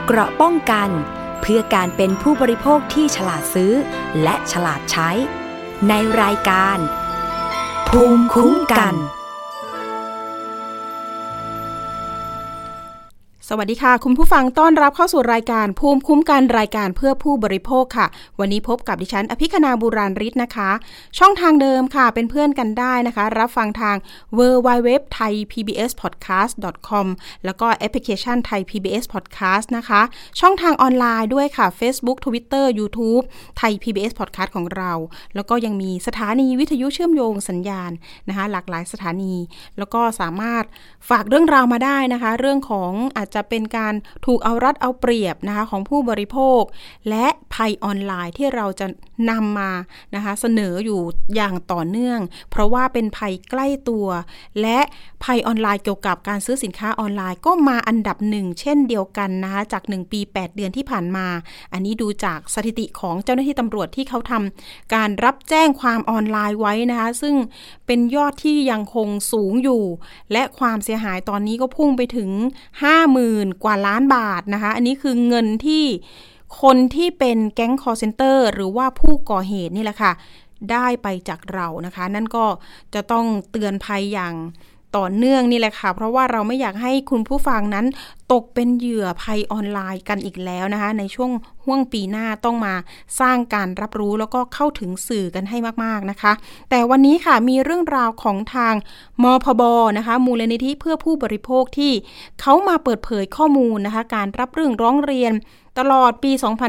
เกราะป้องกันเพื่อการเป็นผู้บริโภคที่ฉลาดซื้อและฉลาดใช้ในรายการภูมิคุ้มกันสวัสดีค่ะคุณผู้ฟังต้อนรับเข้าสู่รายการภูมิคุ้มกันรายการเพื่อผู้บริโภคค่ะวันนี้พบกับดิฉันอภิคณาบุราริศนะคะช่องทางเดิมค่ะเป็นเพื่อนกันได้นะคะรับฟังทาง www.thaipbspodcast.com แล้วก็แอปพลิเคชัน Thai PBS Podcast นะคะช่องทางออนไลน์ด้วยค่ะ Facebook Twitter YouTube Thai PBS Podcast ของเราแล้วก็ยังมีสถานีวิทยุเชื่อมโยงสัญญาณนะคะหลากหลายสถานีแล้วก็สามารถฝากเรื่องราวมาได้นะคะเรื่องของอาจจะเป็นการถูกเอารัดเอาเปรียบนะคะของผู้บริโภคและภัยออนไลน์ที่เราจะนำมานะคะเสนออยู่อย่างต่อเนื่องเพราะว่าเป็นภัยใกล้ตัวและภัยออนไลน์เกี่ยวกับการซื้อสินค้าออนไลน์ก็มาอันดับหนึ่งเช่นเดียวกันนะคะจาก1ปี8เดือนที่ผ่านมาอันนี้ดูจากสถิติของเจ้าหน้าที่ตำรวจที่เขาทำการรับแจ้งความออนไลน์ไว้นะคะซึ่งเป็นยอดที่ยังคงสูงอยู่และความเสียหายตอนนี้ก็พุ่งไปถึง 50,000 กว่าล้านบาทนะคะอันนี้คือเงินที่คนที่เป็นแก๊งคอลเซ็นเตอร์หรือว่าผู้ก่อเหตุนี่แหละค่ะได้ไปจากเรานะคะนั่นก็จะต้องเตือนภัยอย่างต่อเนื่องนี่แหละค่ะเพราะว่าเราไม่อยากให้คุณผู้ฟังนั้นตกเป็นเหยื่อภัยออนไลน์กันอีกแล้วนะคะในช่วงห่วงปีหน้าต้องมาสร้างการรับรู้แล้วก็เข้าถึงสื่อกันให้มากๆนะคะแต่วันนี้ค่ะมีเรื่องราวของทางมพบนะคะมูลนิธิเพื่อผู้บริโภคที่เขามาเปิดเผยข้อมูลนะคะการรับเรื่องร้องเรียนตลอดปี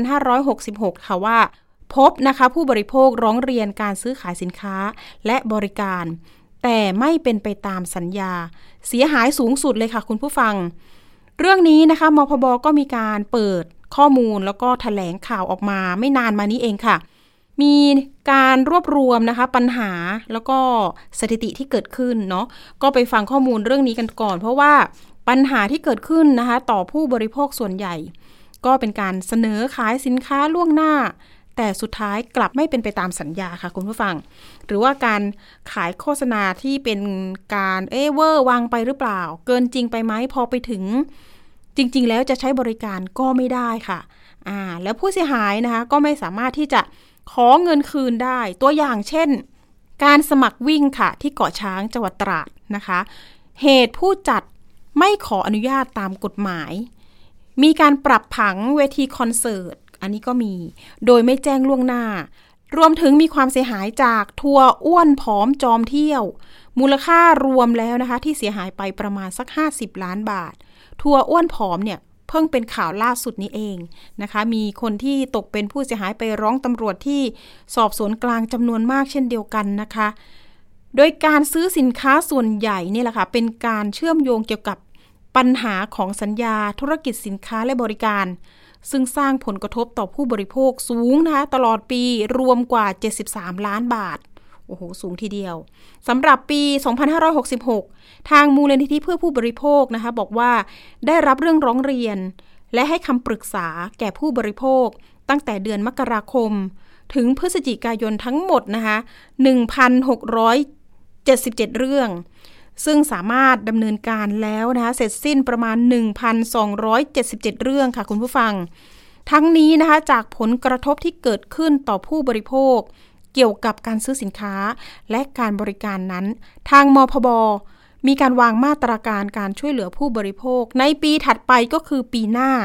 2566 ค่ะว่าพบนะคะผู้บริโภคร้องเรียนการซื้อขายสินค้าและบริการแต่ไม่เป็นไปตามสัญญาเสียหายสูงสุดเลยค่ะคุณผู้ฟังเรื่องนี้นะคะมพบก็มีการเปิดข้อมูลแล้วก็แถลงข่าวออกมาไม่นานมานี้เองค่ะมีการรวบรวมนะคะปัญหาแล้วก็สถิติที่เกิดขึ้นเนาะก็ไปฟังข้อมูลเรื่องนี้กันก่อนเพราะว่าปัญหาที่เกิดขึ้นนะคะต่อผู้บริโภคส่วนใหญ่ก็เป็นการเสนอขายสินค้าล่วงหน้าแต่สุดท้ายกลับไม่เป็นไปตามสัญญาค่ะคุณผู้ฟังหรือว่าการขายโฆษณาที่เป็นการเวอร์วางไปหรือเปล่าเกินจริงไปไหมพอไปถึงจริงๆแล้วจะใช้บริการก็ไม่ได้ค่ะแล้วผู้เสียหายนะคะก็ไม่สามารถที่จะขอเงินคืนได้ตัวอย่างเช่นการสมัครวิ่งค่ะที่เกาะช้างจังหวัดตราดนะคะเหตุผู้จัดไม่ขออนุญาตตามกฎหมายมีการปรับผังเวทีคอนเสิร์ตอันนี้ก็มีโดยไม่แจ้งล่วงหน้ารวมถึงมีความเสียหายจากทัวร์อ้วนผอมจอมเที่ยวมูลค่ารวมแล้วนะคะที่เสียหายไปประมาณสัก50ล้านบาททัวร์อ้วนผอมเนี่ยเพิ่งเป็นข่าวล่าสุดนี้เองนะคะมีคนที่ตกเป็นผู้เสียหายไปร้องตำรวจที่สอบสวนกลางจำนวนมากเช่นเดียวกันนะคะโดยการซื้อสินค้าส่วนใหญ่นี่แหละค่ะเป็นการเชื่อมโยงเกี่ยวกับปัญหาของสัญญาธุรกิจสินค้าและบริการซึ่งสร้างผลกระทบต่อผู้บริโภคสูงนะคะตลอดปีรวมกว่า73ล้านบาทโอ้โหสูงทีเดียวสำหรับปี 2566 ทางมูลนิธิเพื่อผู้บริโภคนะคะบอกว่าได้รับเรื่องร้องเรียนและให้คำปรึกษาแก่ผู้บริโภคตั้งแต่เดือนมกราคมถึงพฤศจิกายนทั้งหมดนะคะ 1,677 เรื่องซึ่งสามารถดำเนินการแล้วนะคะเสร็จสิ้นประมาณ 1,277 เรื่องค่ะคุณผู้ฟังทั้งนี้นะคะจากผลกระทบที่เกิดขึ้นต่อผู้บริโภคเกี่ยวกับการซื้อสินค้าและการบริการนั้นทางมพบมีการวางมาตรการการช่วยเหลือผู้บริโภคในปีถัดไปก็คือปีหน้า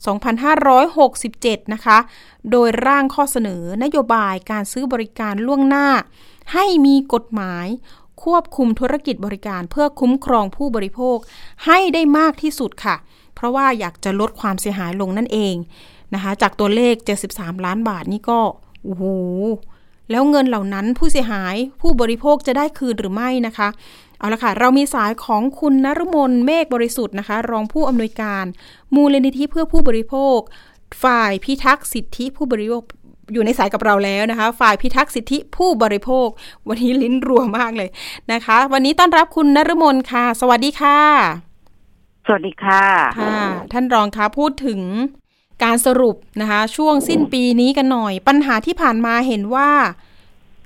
2567 นะคะโดยร่างข้อเสนอนโยบายการซื้อบริการล่วงหน้าให้มีกฎหมายควบคุมธุรกิจบริการเพื่อคุ้มครองผู้บริโภคให้ได้มากที่สุดค่ะเพราะว่าอยากจะลดความเสียหายลงนั่นเองนะคะจากตัวเลข73ล้านบาทนี่ก็โอ้โหแล้วเงินเหล่านั้นผู้เสียหายผู้บริโภคจะได้คืนหรือไม่นะคะเอาละค่ะเรามีสายของคุณนฤมลเมฆบริสุทธิ์นะคะรองผู้อำนวยการมูลนิธิเพื่อผู้บริโภคฝ่ายพิทักษ์สิทธิผู้บริโภคอยู่ในสายกับเราแล้วนะคะฝ่ายพิทักษ์สิทธิผู้บริโภควันนี้ลิ้นรัวมากเลยนะคะวันนี้ต้อนรับคุณนฤมลค่ะสวัสดีค่ะสวัสดีค่ะค่ะท่านรองคะพูดถึงการสรุปนะคะช่วงสิ้นปีนี้กันหน่อยปัญหาที่ผ่านมาเห็นว่า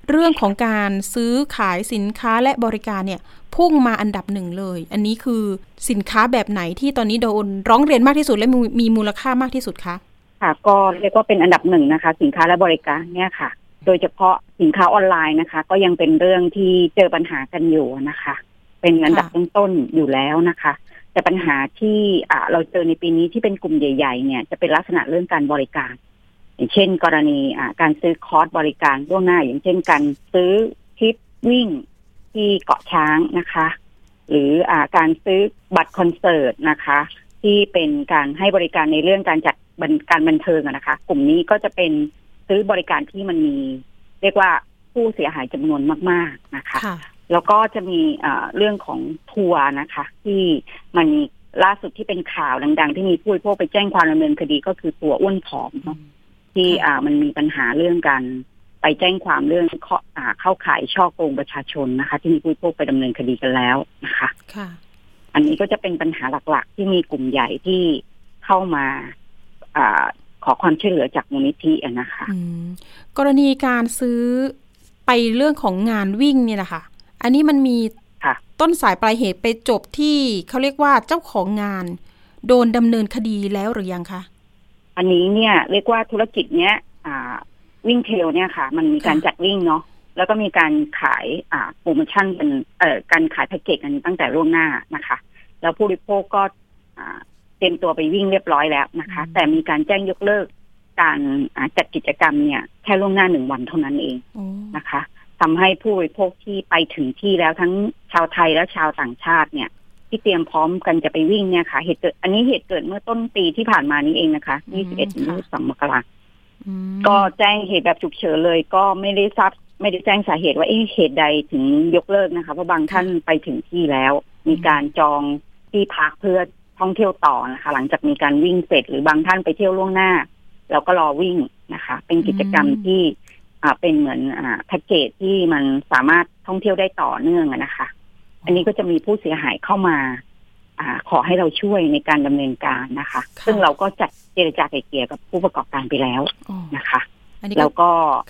เรื่องของการซื้อขายสินค้าและบริการเนี่ยพุ่งมาอันดับหนึ่งเลยอันนี้คือสินค้าแบบไหนที่ตอนนี้โดนร้องเรียนมากที่สุดและมีมูลค่ามากที่สุดคะค่ะก็เรียกว่าเป็นอันดับหนึ่งนะคะสินค้าและบริการเนี่ยค่ะโดยเฉพาะสินค้าออนไลน์นะคะก็ยังเป็นเรื่องที่เจอปัญหากันอยู่นะคะเป็นอันดับต้นๆอยู่แล้วนะคะแต่ปัญหาที่เราเจอในปีนี้ที่เป็นกลุ่มใหญ่ๆเนี่ยจะเป็นลักษณะเรื่องการบริการอย่างเช่นกรณีการซื้อคอร์สบริการล่วงหน้าอย่างเช่นการซื้อทริปวิ่งที่เกาะช้างนะคะหรือการซื้อบัตรคอนเสิร์ตนะคะที่เป็นการให้บริการในเรื่องการจัดการบันเทิงนะคะกลุ่มนี้ก็จะเป็นซื้อบริการที่มันมีเรียกว่าผู้เสียหายจำนวนมากๆนะคะแล้วก็จะมีเรื่องของทัวร์นะคะที่มันล่าสุดที่เป็นข่าวดังๆที่มีผู้บริโภคไปแจ้งความดำเนินคดีก็คือทัวร์อ้วนผอมที่มันมีปัญหาเรื่องการไปแจ้งความเรื่องเข้าข่ายฉ้อโกงประชาชนนะคะที่มีผู้บริโภคไปดำเนินคดีกันแล้วนะคะอันนี้ก็จะเป็นปัญหาหลักๆที่มีกลุ่มใหญ่ที่เข้ามาขอความช่วยเหลือจากมูลนิธินะคะกรณีการซื้อไปเรื่องของงานวิ่งเนี่ยนะคะอันนี้มันมีต้นสายปลายเหตุไปจบที่เขาเรียกว่าเจ้าของงานโดนดำเนินคดีแล้วหรือยังคะอันนี้เนี่ยเรียกว่าธุรกิจเนี้ยวิ่งเทรลเนี่ยค่ะมันมีการจัดวิ่งเนาะแล้วก็มีการขายโปรโมชั่นเป็นการขายแพ็กเกจกันตั้งแต่ล่วงหน้านะคะแล้วผู้บริโภคก็เตรียมตัวไปวิ่งเรียบร้อยแล้วนะคะแต่มีการแจ้งยกเลิกการจัดกิจกรรมเนี่ยแค่ล่วงหน้า1 วันเท่านั้นเองนะคะทำให้ผู้บริโภคที่ไปถึงที่แล้วทั้งชาวไทยและชาวต่างชาติเนี่ยที่เตรียมพร้อมกันจะไปวิ่งเนี่ยค่ะเหตุเกิดเมื่อต้นปีที่ผ่านมานี้เองนะคะ21-22 มกราคมก็แจ้งเหตุแบบฉุกเฉินเลยก็ไม่ได้แจ้งสาเหตุว่าเหตุใดถึงยกเลิกนะคะเพราะบางท่านไปถึงที่แล้วมีการจองที่พักเพื่อท่องเที่ยวต่อนะคะหลังจากมีการวิ่งเสร็จหรือบางท่านไปเที่ยวล่วงหน้าแล้วก็รอวิ่งนะคะเป็นกิจกรรมที่เป็นเหมือนแพ็กเกจที่มันสามารถท่องเที่ยวได้ต่อเนื่องนะคะอันนี้ก็จะมีผู้เสียหายเข้ามาขอให้เราช่วยในการดำเนินการนะคะซึ่งเราก็จัดเจรจาไกล่เกลี่ยกับผู้ประกอบการไปแล้วนะคะแล้วก็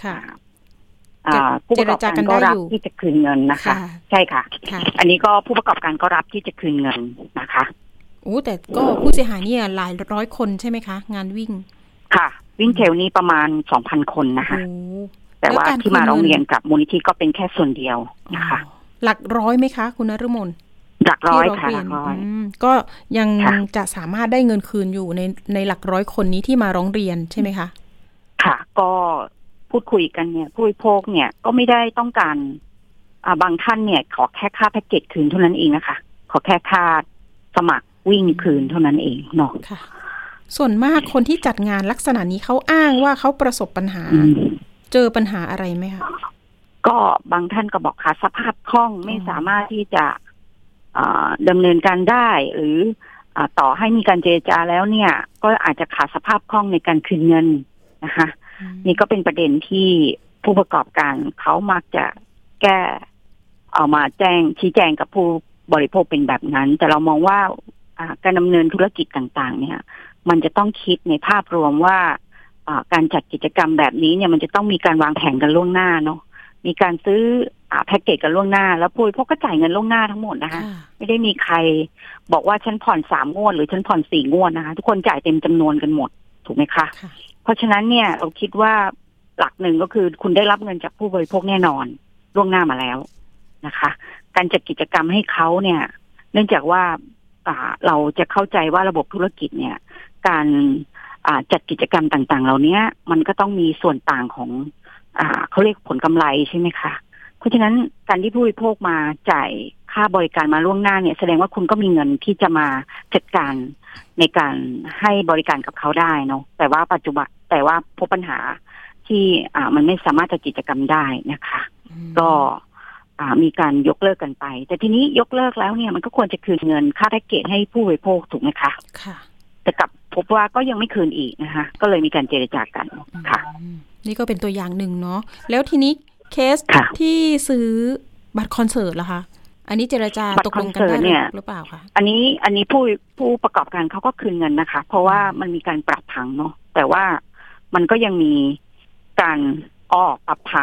ผู้ประกอบการก็รับที่จะคืนเงินนะคะใช่ค่ะอันนี้ก็ผู้ประกอบการก็รับที่จะคืนเงินนะคะแต่ก็ผู้เสียหายเนี่ยหลายร้อยคนใช่ไหมคะงานวิ่งค่ะวิ่งเทรลนี้ประมาณ 2,000 คนนะคะแต่ว่าที่มาร้องเรียนกับมูลนิธิก็เป็นแค่ส่วนเดียวนะคะหลักร้อยไหมคะคุณนฤมลหลักร้อยค่ะหลักร้อยก็ยังจะสามารถได้เงินคืนอยู่ในหลักร้อยคนนี้ที่มาร้องเรียนใช่ไหมคะค่ะก็พูดคุยกันเนี่ยผู้บริโภคเนี่ยก็ไม่ได้ต้องการบางท่านเนี่ยขอแค่ค่าแพ็กเกจคืนเท่านั้นเองนะคะขอแค่ค่าสมัครวิ่งคืนเท่านั้นเองเนาะค่ะส่วนมากคนที่จัดงานลักษณะนี้เขาอ้างว่าเขาประสบปัญหาเจอปัญหาอะไรไหมคะก็บางท่านก็บอกขาดสภาพคล่องไม่สามารถที่จะดำเนินการได้หรือต่อให้มีการเจรจาแล้วเนี่ยก็อาจจะขาดสภาพคล่องในการคืนเงินนะคะนี่ก็เป็นประเด็นที่ผู้ประกอบการเขามักจะแก้เอามาชี้แจงกับผู้บริโภคเป็นแบบนั้นแต่เรามองว่าการดำเนินธุรกิจต่างๆเนี่ยมันจะต้องคิดในภาพรวมว่าการจัดกิจกรรมแบบนี้เนี่ยมันจะต้องมีการวางแผนกันล่วงหน้าเนาะมีการซื้อแพ็กเกจกันล่วงหน้าแล้วผู้บริโภคก็จ่ายเงินล่วงหน้าทั้งหมดนะคะไม่ได้มีใครบอกว่าฉันผ่อน3 งวดหรือฉันผ่อน4 งวดนะคะทุกคนจ่ายเต็มจำนวนกันหมดถูกไหมคะเพราะฉะนั้นเนี่ยเราคิดว่าหลักหนึ่งก็คือคุณได้รับเงินจากผู้บริโภคแน่นอนล่วงหน้ามาแล้วนะคะการจัดกิจกรรมให้เขาเนี่ยเนื่องจากว่าเราจะเข้าใจว่าระบบธุรกิจเนี่ยการจัดกิจกรรมต่างๆเหล่านี้มันก็ต้องมีส่วนต่างของเขาเรียกผลกำไรใช่ไหมคะเพราะฉะนั้นการที่ผู้บริโภคมาจ่ายค่าบริการมาล่วงหน้าเนี่ยแสดงว่าคุณก็มีเงินที่จะมาจัดการในการให้บริการกับเขาได้เนาะแต่ว่าปัจจุบันพบปัญหาที่มันไม่สามารถจัดกิจกรรมได้นะคะก็มีการยกเลิกกันไปแต่ทีนี้ยกเลิกแล้วเนี่ยมันก็ควรจะคืนเงินค่าแพ็กเกจให้ผู้บริโภคถูกไหมคะค่ะแต่กลับพบว่าก็ยังไม่คืนอีกนะคะก็เลยมีการเจรจากันค่ะนี่ก็เป็นตัวอย่างหนึ่งเนาะแล้วทีนี้เคสที่ซื้อบัตรคอนเสิร์ตล่ะคะอันนี้เจรจาตกลงกันได้หรือเปล่าคะอันนี้ผู้ประกอบการเขาก็คืนเงินนะคะเพราะว่ามันมีการปรับผังเนาะแต่ว่ามันก็ยังมีการปรับผัง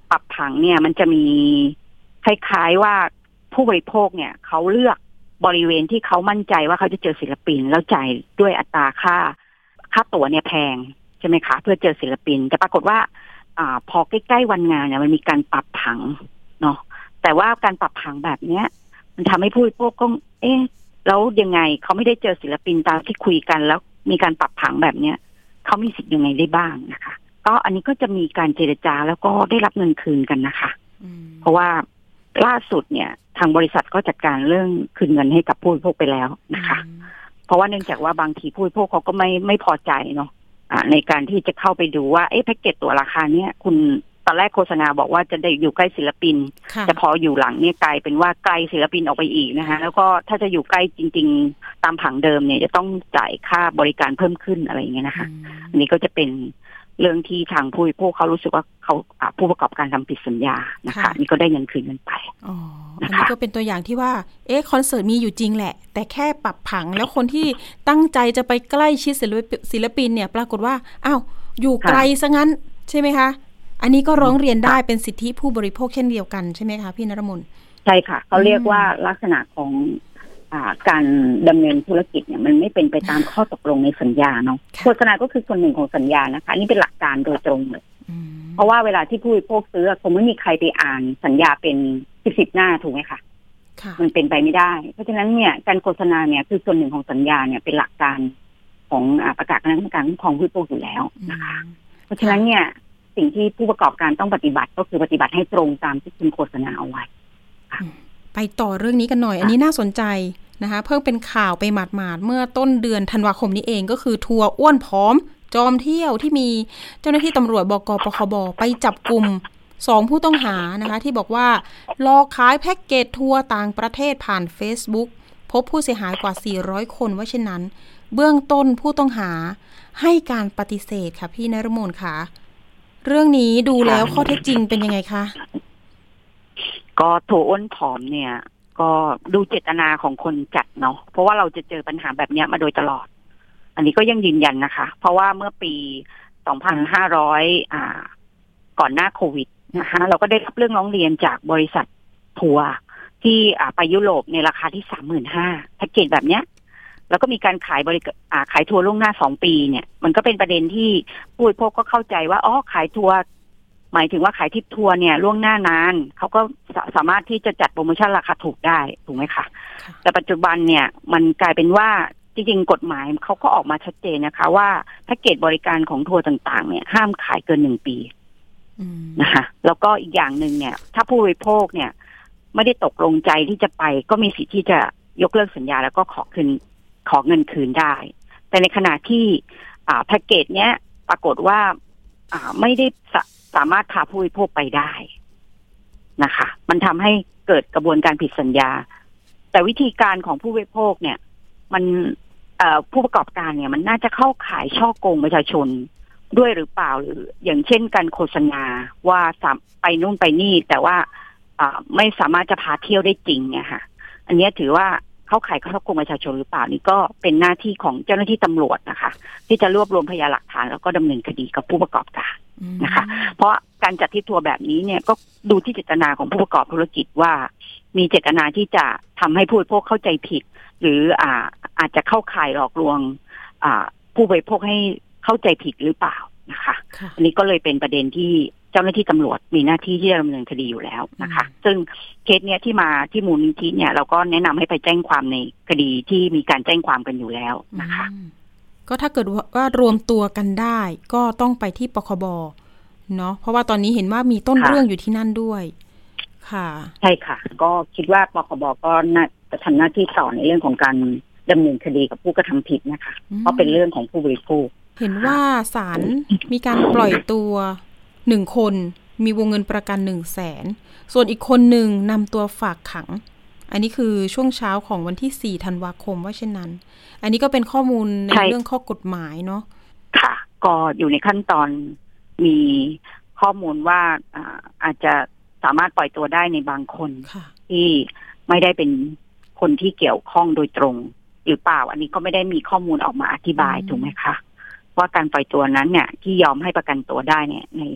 ปรับผังเนี่ยมันจะมีคล้ายๆว่าผู้บริโภคเนี่ยเขาเลือกบริเวณที่เขามั่นใจว่าเขาจะเจอศิลปินแล้วจ่ายด้วยอัตราค่าตั๋วเนี่ยแพงใช่ไหมคะเพื่อเจอศิลปินแต่ปรากฏว่าพอใกล้ๆวันงานเนี่ยมันมีการปรับผังเนาะแต่ว่าการปรับผังแบบเนี้ยมันทำให้ผู้บริโภคก็แล้วยังไงเขาไม่ได้เจอศิลปินตามที่คุยกันแล้วมีการปรับผังแบบเนี้ยเขามีสิทธิ์ยังไงได้บ้างนะคะก็อันนี้ก็จะมีการเจรจาแล้วก็ได้รับเงินคืนกันนะคะเพราะว่าล่าสุดเนี่ยทางบริษัทก็จัดการเรื่องคืนเงินให้กับผู้บริโภคไปแล้วนะคะเพราะว่าเนื่องจากว่าบางทีผู้บริโภคเขาก็ไม่พอใจเนาะในการที่จะเข้าไปดูว่าแพ็กเกจตั๋วราคาเนี้ยคุณตอนแรกโฆษณาบอกว่าจะได้อยู่ใกล้ศิลปินแต่พออยู่หลังเนี่ยกลายเป็นว่าไกลศิลปินออกไปอีกนะคะแล้วก็ถ้าจะอยู่ใกล้จริงๆตามผังเดิมเนี่ยจะต้องจ่ายค่าบริการเพิ่มขึ้นอะไรอย่างเงี้ยนะคะอันนี้ก็จะเป็นเรื่องที่ทางผู้บริโภคเขารู้สึกว่าเขาผู้ประกอบการทำผิดสัญญานะคะนี่ก็ได้เงินคืนกันไปอันนี้ก็เป็นตัวอย่างที่ว่าคอนเสิร์ตมีอยู่จริงแหละแต่แค่ปรับผังแล้วคนที่ตั้งใจจะไปใกล้ชิดศิลปินเนี่ยปรากฏว่าอ้าวอยู่ไกลซะงั้นใช่ไหมคะอันนี้ก็ร้องเรียนได้เป็นสิทธิผู้บริโภคเช่นเดียวกันใช่ไหมคะพี่นฤมลใช่ค่ะเขาเรียกว่าลักษณะของการดำเนินธุรกิจเนี่ยมันไม่เป็นไปตามข้อตกลงในสัญญาเนาะโฆษณาก็คือส่วนหนึ่งของสัญญานะคะนี่เป็นหลักการโดยตรงเลยเพราะว่าเวลาที่ผู้บริโภคซื้อคงไม่มีใครไปอ่านสัญญาเป็น10หน้าถูกไหมคะมันเป็นไปไม่ได้เพราะฉะนั้นเนี่ยการโฆษณาเนี่ยคือส่วนหนึ่งของสัญญาเนี่ยเป็นหลักการของประกาศคณะกรรมการคุ้มครองผู้บริโภคอยู่แล้วนะคะเพราะฉะนั้นเนี่ยสิ่งที่ผู้ประกอบการต้องปฏิบัติก็คือปฏิบัติให้ตรงตามที่คุณโฆษณาเอาไว้ไปต่อเรื่องนี้กันหน่อยอันนี้น่าสนใจนะคะเพิ่งเป็นข่าวไปหมาดๆเมื่อต้นเดือนธันวาคมนี้เองก็คือทัวร์อ้วนผอมจอมเที่ยวที่มีเจ้าหน้าที่ตำรวจบก.ปคบ.ไปจับกลุ่ม2ผู้ต้องหานะคะที่บอกว่าหลอกขายแพ็กเกจทัวร์ต่างประเทศผ่าน Facebook พบผู้เสียหายกว่า400คนว่าเช่นนั้นเบื้องต้นผู้ต้องหาให้การปฏิเสธค่ะพี่นฤมลค่ะเรื่องนี้ดูแล้วข้อเท็จจริงเป็นยังไงคะก็ทัวร์อ้วนผอมเนี่ยก็ดูเจตนาของคนจัดเนาะเพราะว่าเราจะเจอปัญหาแบบนี้มาโดยตลอดอันนี้ก็ยังยืนยันนะคะเพราะว่าเมื่อปี2500ก่อนหน้าโควิดนะคะเราก็ได้รับเรื่องร้องเรียนจากบริษัททัวร์ที่ไปยุโรปในราคาที่ 35,000 แพ็กเกจแบบเนี้ยแล้วก็มีการขายทัวร์ล่วงหน้า2ปีเนี่ยมันก็เป็นประเด็นที่ผู้บริโภคก็เข้าใจว่าขายทัวร์หมายถึงว่าขายทิปทัวร์เนี่ยล่วงหน้านานเขาก็สามารถที่จะจัดโปรโมชั่นราคาถูกได้ถูกไหมคะแต่ปัจจุบันเนี่ยมันกลายเป็นว่าจริงๆกฎหมายเขาก็ออกมาชัดเจนนะคะว่าแพ็กเกจบริการของทัวร์ต่างๆเนี่ยห้ามขายเกิน1 ปีนะคะแล้วก็อีกอย่างหนึ่งเนี่ยถ้าผู้บริโภคเนี่ยไม่ได้ตกลงใจที่จะไปก็มีสิทธิ์ที่จะยกเลิกสัญญาแล้วก็ขอเงินคืนได้แต่ในขณะที่แพ็กเกจเนี้ยปรากฏว่าไม่ได้สามารถพาผู้บริโภคไปได้นะคะมันทำให้เกิดกระบวนการผิดสัญญาแต่วิธีการของผู้บริโภคเนี่ยมันผู้ประกอบการเนี่ยมันน่าจะเข้าข่ายฉ้อโกงประชาชนด้วยหรือเปล่าหรืออย่างเช่นการโฆษณาว่าไปนู่นไปนี่แต่ว่าไม่สามารถจะพาเที่ยวได้จริงเนี่ยค่ะอันนี้ถือว่าเข้าข่ายฉ้อโกงประชาชนหรือเปล่านี่ก็เป็นหน้าที่ของเจ้าหน้าที่ตำรวจนะคะที่จะรวบรวมพยานหลักฐานแล้วก็ดำเนินคดีกับผู้ประกอบการนะคะเพราะการจัดทริปทัวร์แบบนี้เนี่ยก็ดูที่เจตนาของผู้ประกอบธุรกิจว่ามีเจตนาที่จะทำให้ผู้บริโภคเข้าใจผิดหรืออาจจะเข้าข่ายหลอกลวงผู้บริโภคให้เข้าใจผิดหรือเปล่านะคะอันนี้ก็เลยเป็นประเด็นที่เจ้าหน้าที่ตำรวจมีหน้าที่ที่จะดำเนินคดีอยู่แล้วนะคะซึ่งเคสเนี้ยที่มาที่มูลนิธิเนี่ยเราก็แนะนำให้ไปแจ้งความในคดีที่มีการแจ้งความกันอยู่แล้วนะคะก็ถ้าเกิดว่ารวมตัวกันได้ก็ต้องไปที่ปคบ.เนาะเพราะว่าตอนนี้เห็นว่ามีต้นเรื่องอยู่ที่นั่นด้วยค่ะใช่ค่ะก็คิดว่าปคบ.ก็น่าจะทำหน้าที่ต่อในเรื่องของการดำเนินคดีกับผู้กระทำผิดนะคะเพราะเป็นเรื่องของผู้บริโภคเห็นว่าศาลมีการปล่อยตัว1 คนมีวงเงินประกัน 100,000 ส่วนอีกคนหนึ่งนำตัวฝากขังอันนี้คือช่วงเช้าของวันที่4 ธันวาคมว่าเช่นนั้นอันนี้ก็เป็นข้อมูลในเรื่องข้อกฎหมายเนาะค่ะก็อยู่ในขั้นตอนมีข้อมูลว่าอาจจะสามารถปล่อยตัวได้ในบางคนที่ไม่ได้เป็นคนที่เกี่ยวข้องโดยตรงหรือเปล่าอันนี้ก็ไม่ได้มีข้อมูลออกมาอธิบายถูกไหมคะว่าการปล่อยตัวนั้นเนี่ยที่ยอมให้ประกันตัวได้เนี่ย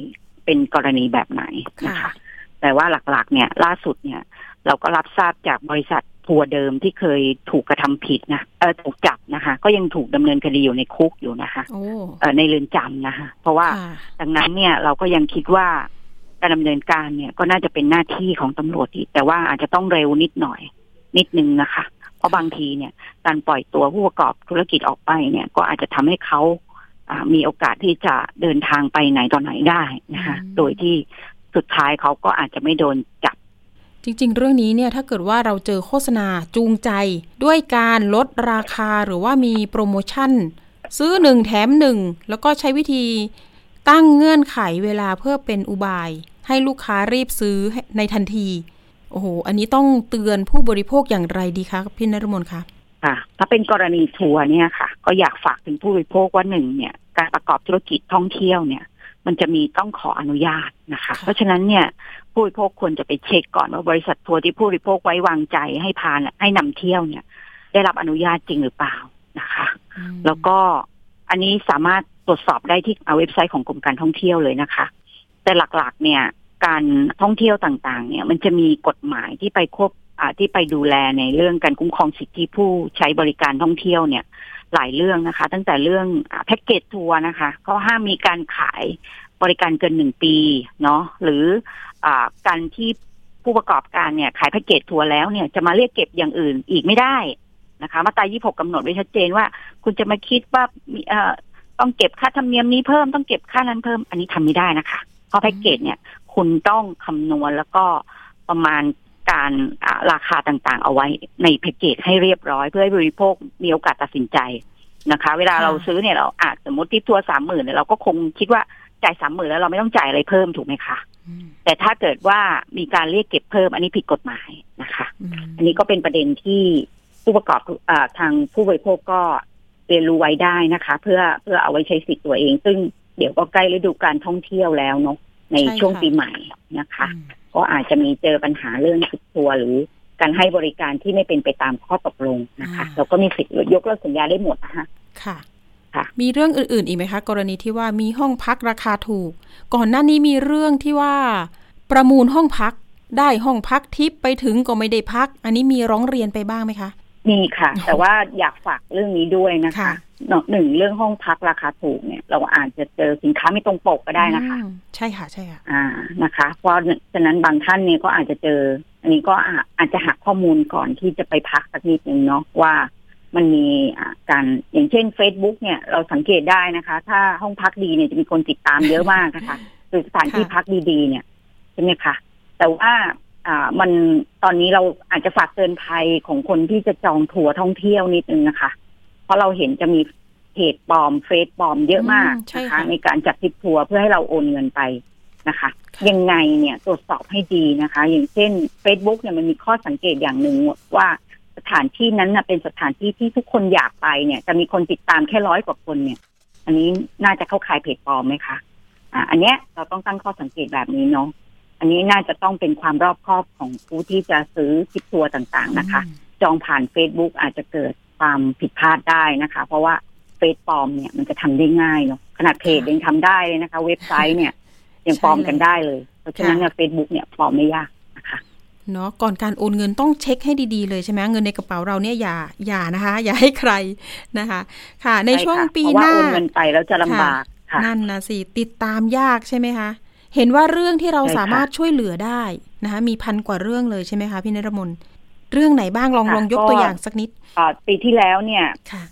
เป็นกรณีแบบไหนนะคะแต่ว่าหลักๆเนี่ยล่าสุดเนี่ยเราก็รับทราบจากบริษัททัวร์เดิมที่เคยถูกกระทำผิดนะถูกจับนะคะก็ยังถูกดำเนินคดีอยู่ในคุกอยู่นะคะในเรือนจำนะคะเพราะว่าดังนั้นเนี่ยเราก็ยังคิดว่าการดำเนินการเนี่ยก็น่าจะเป็นหน้าที่ของตำรวจอีกแต่ว่าอาจจะต้องเร็วนิดนึงนะคะเพราะบางทีเนี่ยการปล่อยตัวผู้ประกอบธุรกิจออกไปเนี่ยก็อาจจะทำให้เขามีโอกาสที่จะเดินทางไปไหนต่อไหนได้นะคะโดยที่สุดท้ายเขาก็อาจจะไม่โดนจับจริงๆเรื่องนี้เนี่ยถ้าเกิดว่าเราเจอโฆษณาจูงใจด้วยการลดราคาหรือว่ามีโปรโมชั่นซื้อ1แถม1แล้วก็ใช้วิธีตั้งเงื่อนไขเวลาเพื่อเป็นอุบายให้ลูกค้ารีบซื้อในทันทีโอ้โหอันนี้ต้องเตือนผู้บริโภคอย่างไรดีคะพี่นฤมลคะค่ะถ้าเป็นกรณีทัวร์เนี่ยค่ะก็อยากฝากถึงผู้บริโภคว่า1เนี่ยการประกอบธุรกิจท่องเที่ยวเนี่ยมันจะมีต้องขออนุญาตนะคะเพราะฉะนั้นเนี่ยผู้บริโภคควรจะไปเช็คก่อนว่าบริษัททัวร์ที่ผู้บริโภคไว้วางใจให้พาให้นำเที่ยวเนี่ยได้รับอนุญาตจริงหรือเปล่านะคะแล้วก็อันนี้สามารถตรวจสอบได้ที่เว็บไซต์ของกรมการท่องเที่ยวเลยนะคะแต่หลักๆเนี่ยการท่องเที่ยวต่างๆเนี่ยมันจะมีกฎหมายที่ไปดูแลในเรื่องการคุ้มครองสิทธิผู้ใช้บริการท่องเที่ยวเนี่ยหลายเรื่องนะคะตั้งแต่เรื่องแพ็กเกจทัวร์นะคะเขาห้ามมีการขายบริการเกิน1 ปีเนาะหรือการที่ผู้ประกอบการเนี่ยขายแพ็กเกจทัวร์แล้วเนี่ยจะมาเรียกเก็บอย่างอื่นอีกไม่ได้นะคะมาตรา26กำหนดไว้ชัดเจนว่าคุณจะมาคิดว่าต้องเก็บค่าธรรมเนียมนี้เพิ่มต้องเก็บค่านั้นเพิ่มอันนี้ทำไม่ได้นะคะเพราะแพ็กเกจเนี่ยคุณต้องคำนวณแล้วก็ประมาณการราคาต่างๆเอาไว้ในแพ็กเกจให้เรียบร้อยเพื่อให้บริโภคมีโอกาสตัดสินใจนะคะเวลาเราซื้อเนี่ยเราสมมติที่ทัวร์ 30,000 เนี่ยเราก็คงคิดว่าจ่าย 30,000 แล้วเราไม่ต้องจ่ายอะไรเพิ่มถูกไหมคะแต่ถ้าเกิดว่ามีการเรียกเก็บเพิ่มอันนี้ผิดกฎหมายนะคะอันนี้ก็เป็นประเด็นที่ผู้ประกอบทางผู้บริโภคก็เรียนรู้ไว้ได้นะคะเพื่อเอาไว้ใช้สิทธิ์ตัวเองซึ่งเดี๋ยวก็ใกล้ฤดูการท่องเที่ยวแล้วเนาะในช่วงปีใหม่นะคะก็อาจจะมีเจอปัญหาเรื่องผิดทัวร์หรือการให้บริการที่ไม่เป็นไปตามข้อตกลงนะคะเราก็มีสิทธิ์ยกเลิกสัญญาได้หมดนะคะค่ะมีเรื่องอื่นๆอีกไหมคะกรณีที่ว่ามีห้องพักราคาถูกก่อนหน้านี้มีเรื่องที่ว่าประมูลห้องพักได้ห้องพักทิปไปถึงก็ไม่ได้พักอันนี้มีร้องเรียนไปบ้างไหมคะมีค่ะแต่ว่าอยากฝากเรื่องนี้ด้วยนะคะหนึ่งเรื่องห้องพักราคาถูกเนี่ยเราอาจจะเจอสินค้าไม่ตรงปกก็ได้นะคะใช่ค่ะนะคะเพราะฉะนั้นบางท่านเนี่ยก็อาจจะเจออันนี้ก็อาจจะหาข้อมูลก่อนที่จะไปพักสักนิดนึงเนาะว่ามันมีการอย่างเช่น Facebook เนี่ยเราสังเกตได้นะคะถ้าห้องพักดีเนี่ยจะมีคนติดตามเยอะมากนะคะหรือสถานที่พักดีๆเนี่ยใช่ไหมคะแต่ว่ามันตอนนี้เราอาจจะฝากเตือนภัยของคนที่จะจองทัวร์ท่องเที่ยวนิดนึงนะคะเพราะเราเห็นจะมีเพจปลอมเฟซปลอมเยอะมากนะคะในการจัดทริปทัวร์เพื่อให้เราโอนเงินไปนะคะยังไงเนี่ยตรวจสอบให้ดีนะคะอย่างเช่น Facebook เนี่ยมันมีข้อสังเกตอย่างหนึ่งว่าสถานที่นั้นเป็นสถานที่ที่ทุกคนอยากไปเนี่ยจะมีคนติดตามแค่100 กว่าคนเนี่ยอันนี้น่าจะเข้าข่ายเพจปลอมไหมคะอันเนี้ยเราต้องตั้งข้อสังเกตแบบนี้เนาะอันนี้น่าจะต้องเป็นความรอบคอบของผู้ที่จะซื้อทริปทัวร์ต่างๆนะคะจองผ่าน Facebook อาจจะเกิดความผิดพลาดได้นะคะเพราะว่าเฟซปลอมเนี่ยมันจะทำได้ง่ายเนาะขนาดเพจยังทำได้เลยนะคะเว็บไซต์เนี่ยยังปลอมกันได้เลยเพราะฉะนั้นเนี่ย Facebook เนี่ยปลอมไม่ยากนะคะเนาะก่อนการโอนเงินต้องเช็คให้ดีๆเลยใช่ไหมเงินในกระเป๋าเราเนี่ยอย่านะคะอย่าให้ใครนะคะค่ะในช่วงปีหน้าโอนเงินไปแล้วจะลำบากค่ะนั่นนะสิติดตามยากใช่ไหมคะเห็นว่าเรื่องที่เราสามารถช่วยเหลือได้นะคะมี1,000 กว่าเรื่องเลยใช่ไหมคะพี่นฤมลเรื่องไหนบ้างลองยกตัวอย่างสักนิดปีที่แล้วเนี่ย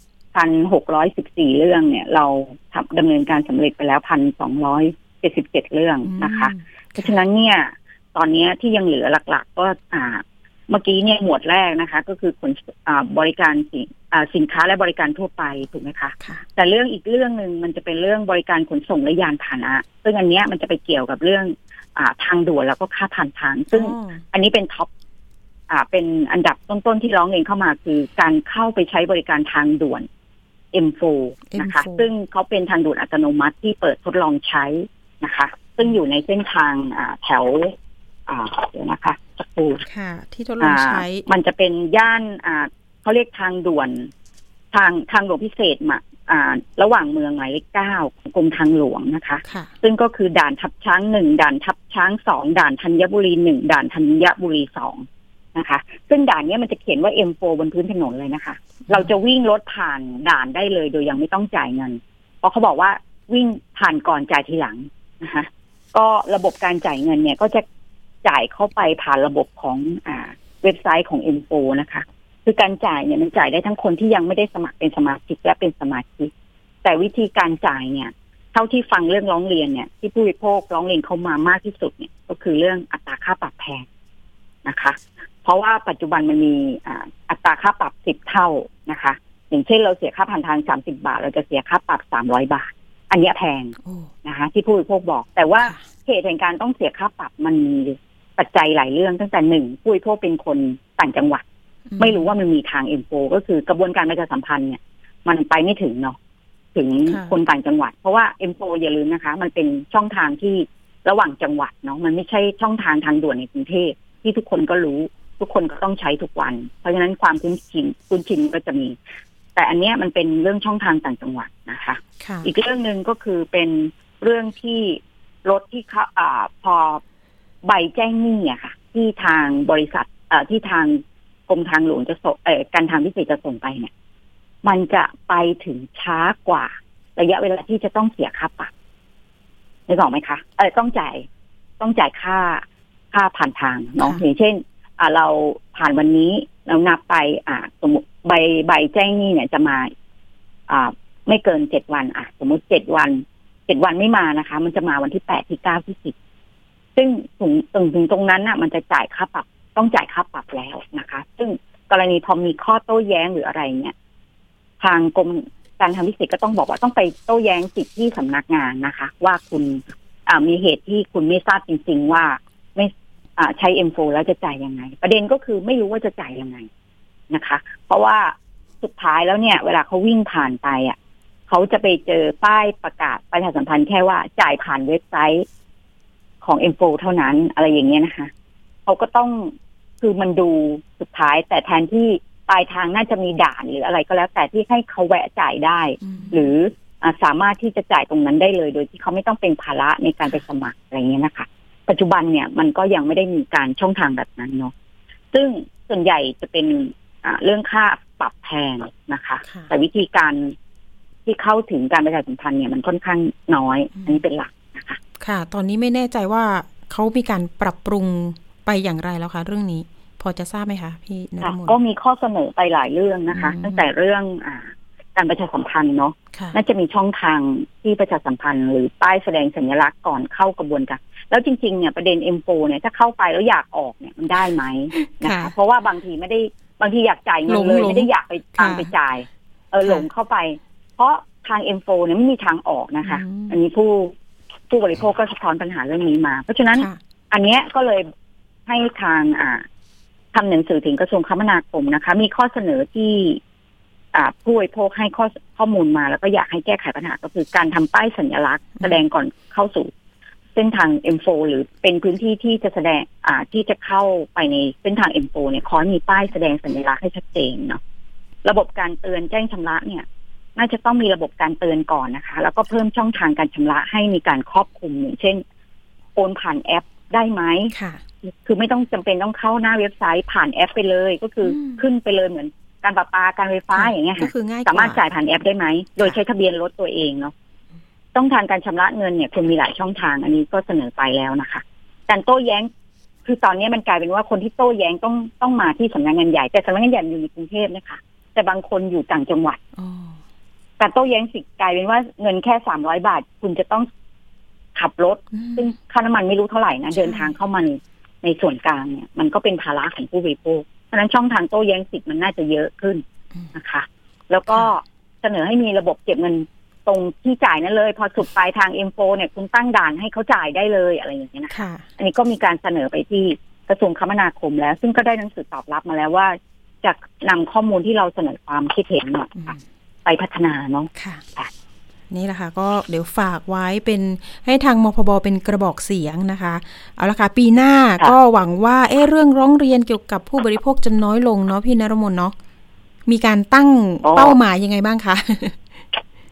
1,614 เรื่องเนี่ยเราดำเนินการสำเร็จไปแล้ว 1,277 เรื่องนะคะเพราะฉะนั้นเนี่ยตอนนี้ที่ยังเหลือหลักๆก็เมื่อกี้เนี่ยหมวดแรกนะคะก็คือบริการสินค้าและบริการทั่วไปถูกไหมคะแต่เรื่องอีกเรื่องนึงมันจะเป็นเรื่องบริการขนส่งและยานพาหนะซึ่งอันนี้มันจะไปเกี่ยวกับเรื่องทางด่วนแล้วก็ค่าผ่านทางซึ่งอันนี้เป็นท็อปเป็นอันดับต้นๆที่ร้องเรียนเข้ามาคือการเข้าไปใช้บริการทางด่วน M4 นะคะซึ่งเขาเป็นทางด่วนอัตโนมัติที่เปิดทดลองใช้นะคะซึ่งอยู่ในเส้นทางแถวเดี๋ยวนะคะสักครู่ค่ะที่ทดลองใช้มันจะเป็นย่านเขาเรียกทางด่วนทางด่วนพิเศษระหว่างเมืองหมายเลข 9ของกรมทางหลวงนะคะซึ่งก็คือด่านทับช้าง1ด่านทับช้าง2ด่านธัญบุรี1ด่านธัญบุรี2นะคะซึ่งด่านนี้มันจะเขียนว่า M4 บนพื้นถนนเลยนะคะเราจะวิ่งรถผ่านด่านได้เลยโดยยังไม่ต้องจ่ายเงินเพราะเขาบอกว่าวิ่งผ่านก่อนจ่ายทีหลังนะคะก็ระบบการจ่ายเงินเนี่ยก็จะจ่ายเข้าไปผ่านระบบของเว็บไซต์ของ M4 นะคะคือการจ่ายเนี่ยมันจ่ายได้ทั้งคนที่ยังไม่ได้สมัครเป็นสมาชิกและเป็นสมาชิกแต่วิธีการจ่ายเนี่ยเท่าที่ฟังเรื่องร้องเรียนเนี่ยที่ผู้บริโภคร้องเรียนเข้ามามากที่สุดเนี่ยก็คือเรื่องอัตราค่าปรับแพงนะคะเพราะว่าปัจจุบันมันมีอัตราค่าปรับ10เท่านะคะอย่างเช่นเราเสียค่าผ่านทาง30 บาทเราจะเสียค่าปรับ300 บาทอันนี้แพงนะคะที่ผู้บริโภคบอกแต่ว่าเหตุแห่งการต้องเสียค่าปรับมันมีปัจจัยหลายเรื่องตั้งแต่1ผู้บริโภคเป็นคนต่างจังหวัดไม่รู้ว่ามันมีทาง M4 ก็คือกระบวนการประชาสัมพันธ์เนี่ยมันไปไม่ถึงเนาะถึงคนต่างจังหวัดเพราะว่า M4 อย่าลืมนะคะมันเป็นช่องทางที่ระหว่างจังหวัดเนาะมันไม่ใช่ช่องทางทางด่วนในกรุงเทพที่ทุกคนก็รู้ทุกคนก็ต้องใช้ทุกวันเพราะฉะนั้นความคุ้นชินก็จะมีแต่อันเนี้ยมันเป็นเรื่องช่องทางต่างจังหวัดนะคะอีกเรื่องนึงก็คือเป็นเรื่องที่รถที่เขาพอใบแจ้งหนี้อะค่ะที่ทางบริษัทที่ทางกรมทางหลวงจะส่งการทางพิเศษจะส่งไปเนี่ยมันจะไปถึงช้ากว่าระยะเวลาที่จะต้องเสียค่าปรับได้บอกไหมคะต้องจ่ายค่าผ่านทางเนาะอย่างเช่นเราผ่านวันนี้เรานับไปสมมติใบแจ้งหนี้เนี่ยจะมาไม่เกิน7 วันสมมติ7 วันไม่มานะคะมันจะมาวันที่8ที่9ที่10ซึ่งถึงตรงนั้นน่ะมันจะจ่ายค่าปรับต้องจ่ายค่าปรับแล้วนะคะซึ่งกรณีพอมีข้อโต้แย้งหรืออะไรเนี่ยทางกรมการทางพิเศษก็ต้องบอกว่าต้องไปโต้แย้งสิทธิที่สำนักงานนะคะว่าคุณมีเหตุที่คุณไม่ทราบจริงๆว่าไม่ใช้ M4 แล้วจะจ่ายยังไงประเด็นก็คือไม่รู้ว่าจะจ่ายยังไงนะคะเพราะว่าสุดท้ายแล้วเนี่ยเวลาเขาวิ่งผ่านไปเขาจะไปเจอป้ายประกาศประชาสัมพันธ์แค่ว่าจ่ายผ่านเว็บไซต์ของ M4 เท่านั้นอะไรอย่างเงี้ยนะคะเขาก็ต้องคือมันดูสุดท้ายแต่แทนที่ปลายทางน่าจะมีด่านหรืออะไรก็แล้วแต่ที่ให้เขาแวะจ่ายได้หรือสามารถที่จะจ่ายตรงนั้นได้เลยโดยที่เขาไม่ต้องเป็นภาระในการไปสมัครอะไรเงี้ยนะคะปัจจุบันเนี่ยมันก็ยังไม่ได้มีการช่องทางแบบนั้นเนาะซึ่งส่วนใหญ่จะเป็นเรื่องค่าปรับแพงนะคะแต่วิธีการที่เข้าถึงการประชาสัมพันธ์เนี่ยมันค่อนข้างน้อยอันนี้เป็นหลักนะคะค่ะตอนนี้ไม่แน่ใจว่าเขามีการปรับปรุงไปอย่างไรแล้วคะเรื่องนี้พอจะทราบไหมคะพี่ณรมนก็มีข้อเสนอไปหลายเรื่องนะคะตั้งแต่เรื่องการประชาสัมพันธ์เนาะน่าจะมีช่องทางที่ประชาสัมพันธ์หรือป้ายแสดงสัญลักษณ์ก่อนเข้ากระบวนการแล้วจริงๆเนี่ยประเด็น M4 เนี่ยถ้าเข้าไปแล้วอยากออกเนี่ยมันได้ไหมนะคะเพราะว่าบางทีอยากจ่ายเงินเลยไม่ได้อยากไปตามไปจ่ายหลงเข้าไปเพราะทาง M4 เนี่ยไม่มีทางออกนะคะอันนี้ผู้บริโภคก็สะท้อนปัญหาเรื่องนี้มาเพราะฉะนั้นอันเนี้ยก็เลยให้ทางทำหนังสือถึงกระทรวงคมนาคมนะคะมีข้อเสนอที่ผู้บริโภคให้ข้อมูลมาแล้วก็อยากให้แก้ไขปัญหาก็คือการทำป้ายสัญลักษณ์แสดงก่อนเข้าสู่เส้นทาง M4 หรือเป็นพื้นที่ที่จะแสดงที่จะเข้าไปในเส้นทาง M4 เนี่ยขอมีป้ายแสดงสัญลักษณ์ให้ชัดเจนเนาะระบบการเตือนแจ้งชำระเนี่ยน่าจะต้องมีระบบการเตือนก่อนนะคะแล้วก็เพิ่มช่องทางการชำระให้มีการครอบคลุมอย่างเช่นโอนผ่านแอปได้ไหมคือไม่ต้องจำเป็นต้องเข้าหน้าเว็บไซต์ผ่านแอปไปเลยก็คือขึ้นไปเลยเหมือนการประปาการไฟฟ้าอย่างเงี้ยค่ะสามารถจ่ายผ่านแอปได้ไหมโดยใช้ทะเบียนรถตัวเองเนาะต้องทางการชำระเงินเนี่ยคุณมีหลายช่องทางอันนี้ก็เสนอไปแล้วนะคะการโต้แย้งคือตอนนี้มันกลายเป็นว่าคนที่โต้แย้งต้องมาที่สำนักงานใหญ่แต่สำนักงานใหญ่อยู่ในกรุงเทพนะคะแต่บางคนอยู่ต่างจังหวัดการโต้แย้งสิกลายเป็นว่าเงินแค่300 บาทคุณจะต้องขับรถซึ่งค่าน้ำมันไม่รู้เท่าไหร่นะเดินทางเข้ามาในส่วนกลางเนี่ยมันก็เป็นภาระของผู้บริโภคเพราะฉะนั้นช่องทางโต้แย้งสิทธิ์มันน่าจะเยอะขึ้นนะคะแล้วก็เสนอให้มีระบบเก็บเงินตรงที่จ่ายนั่นเลยพอสุดปลายทาง M4 เนี่ยคุณตั้งด่านให้เขาจ่ายได้เลยอะไรอย่างเงี้ยนะคะอันนี้ก็มีการเสนอไปที่กระทรวงคมนาคมแล้วซึ่งก็ได้หนังสือตอบรับมาแล้วว่าจะนำข้อมูลที่เราเสนอความคิดเห็นเนี่ยไปพัฒนาเนาะค่ะนี่แหละค่ะก็เดี๋ยวฝากไว้เป็นให้ทางมพบเป็นกระบอกเสียงนะคะเอาละค่ะปีหน้าก็หวังว่าเรื่องร้องเรียนเกี่ยวกับผู้บริโภคจะน้อยลงเนาะพี่ณรมนเนาะมีการตั้งเป้าหมายยังไงบ้างคะ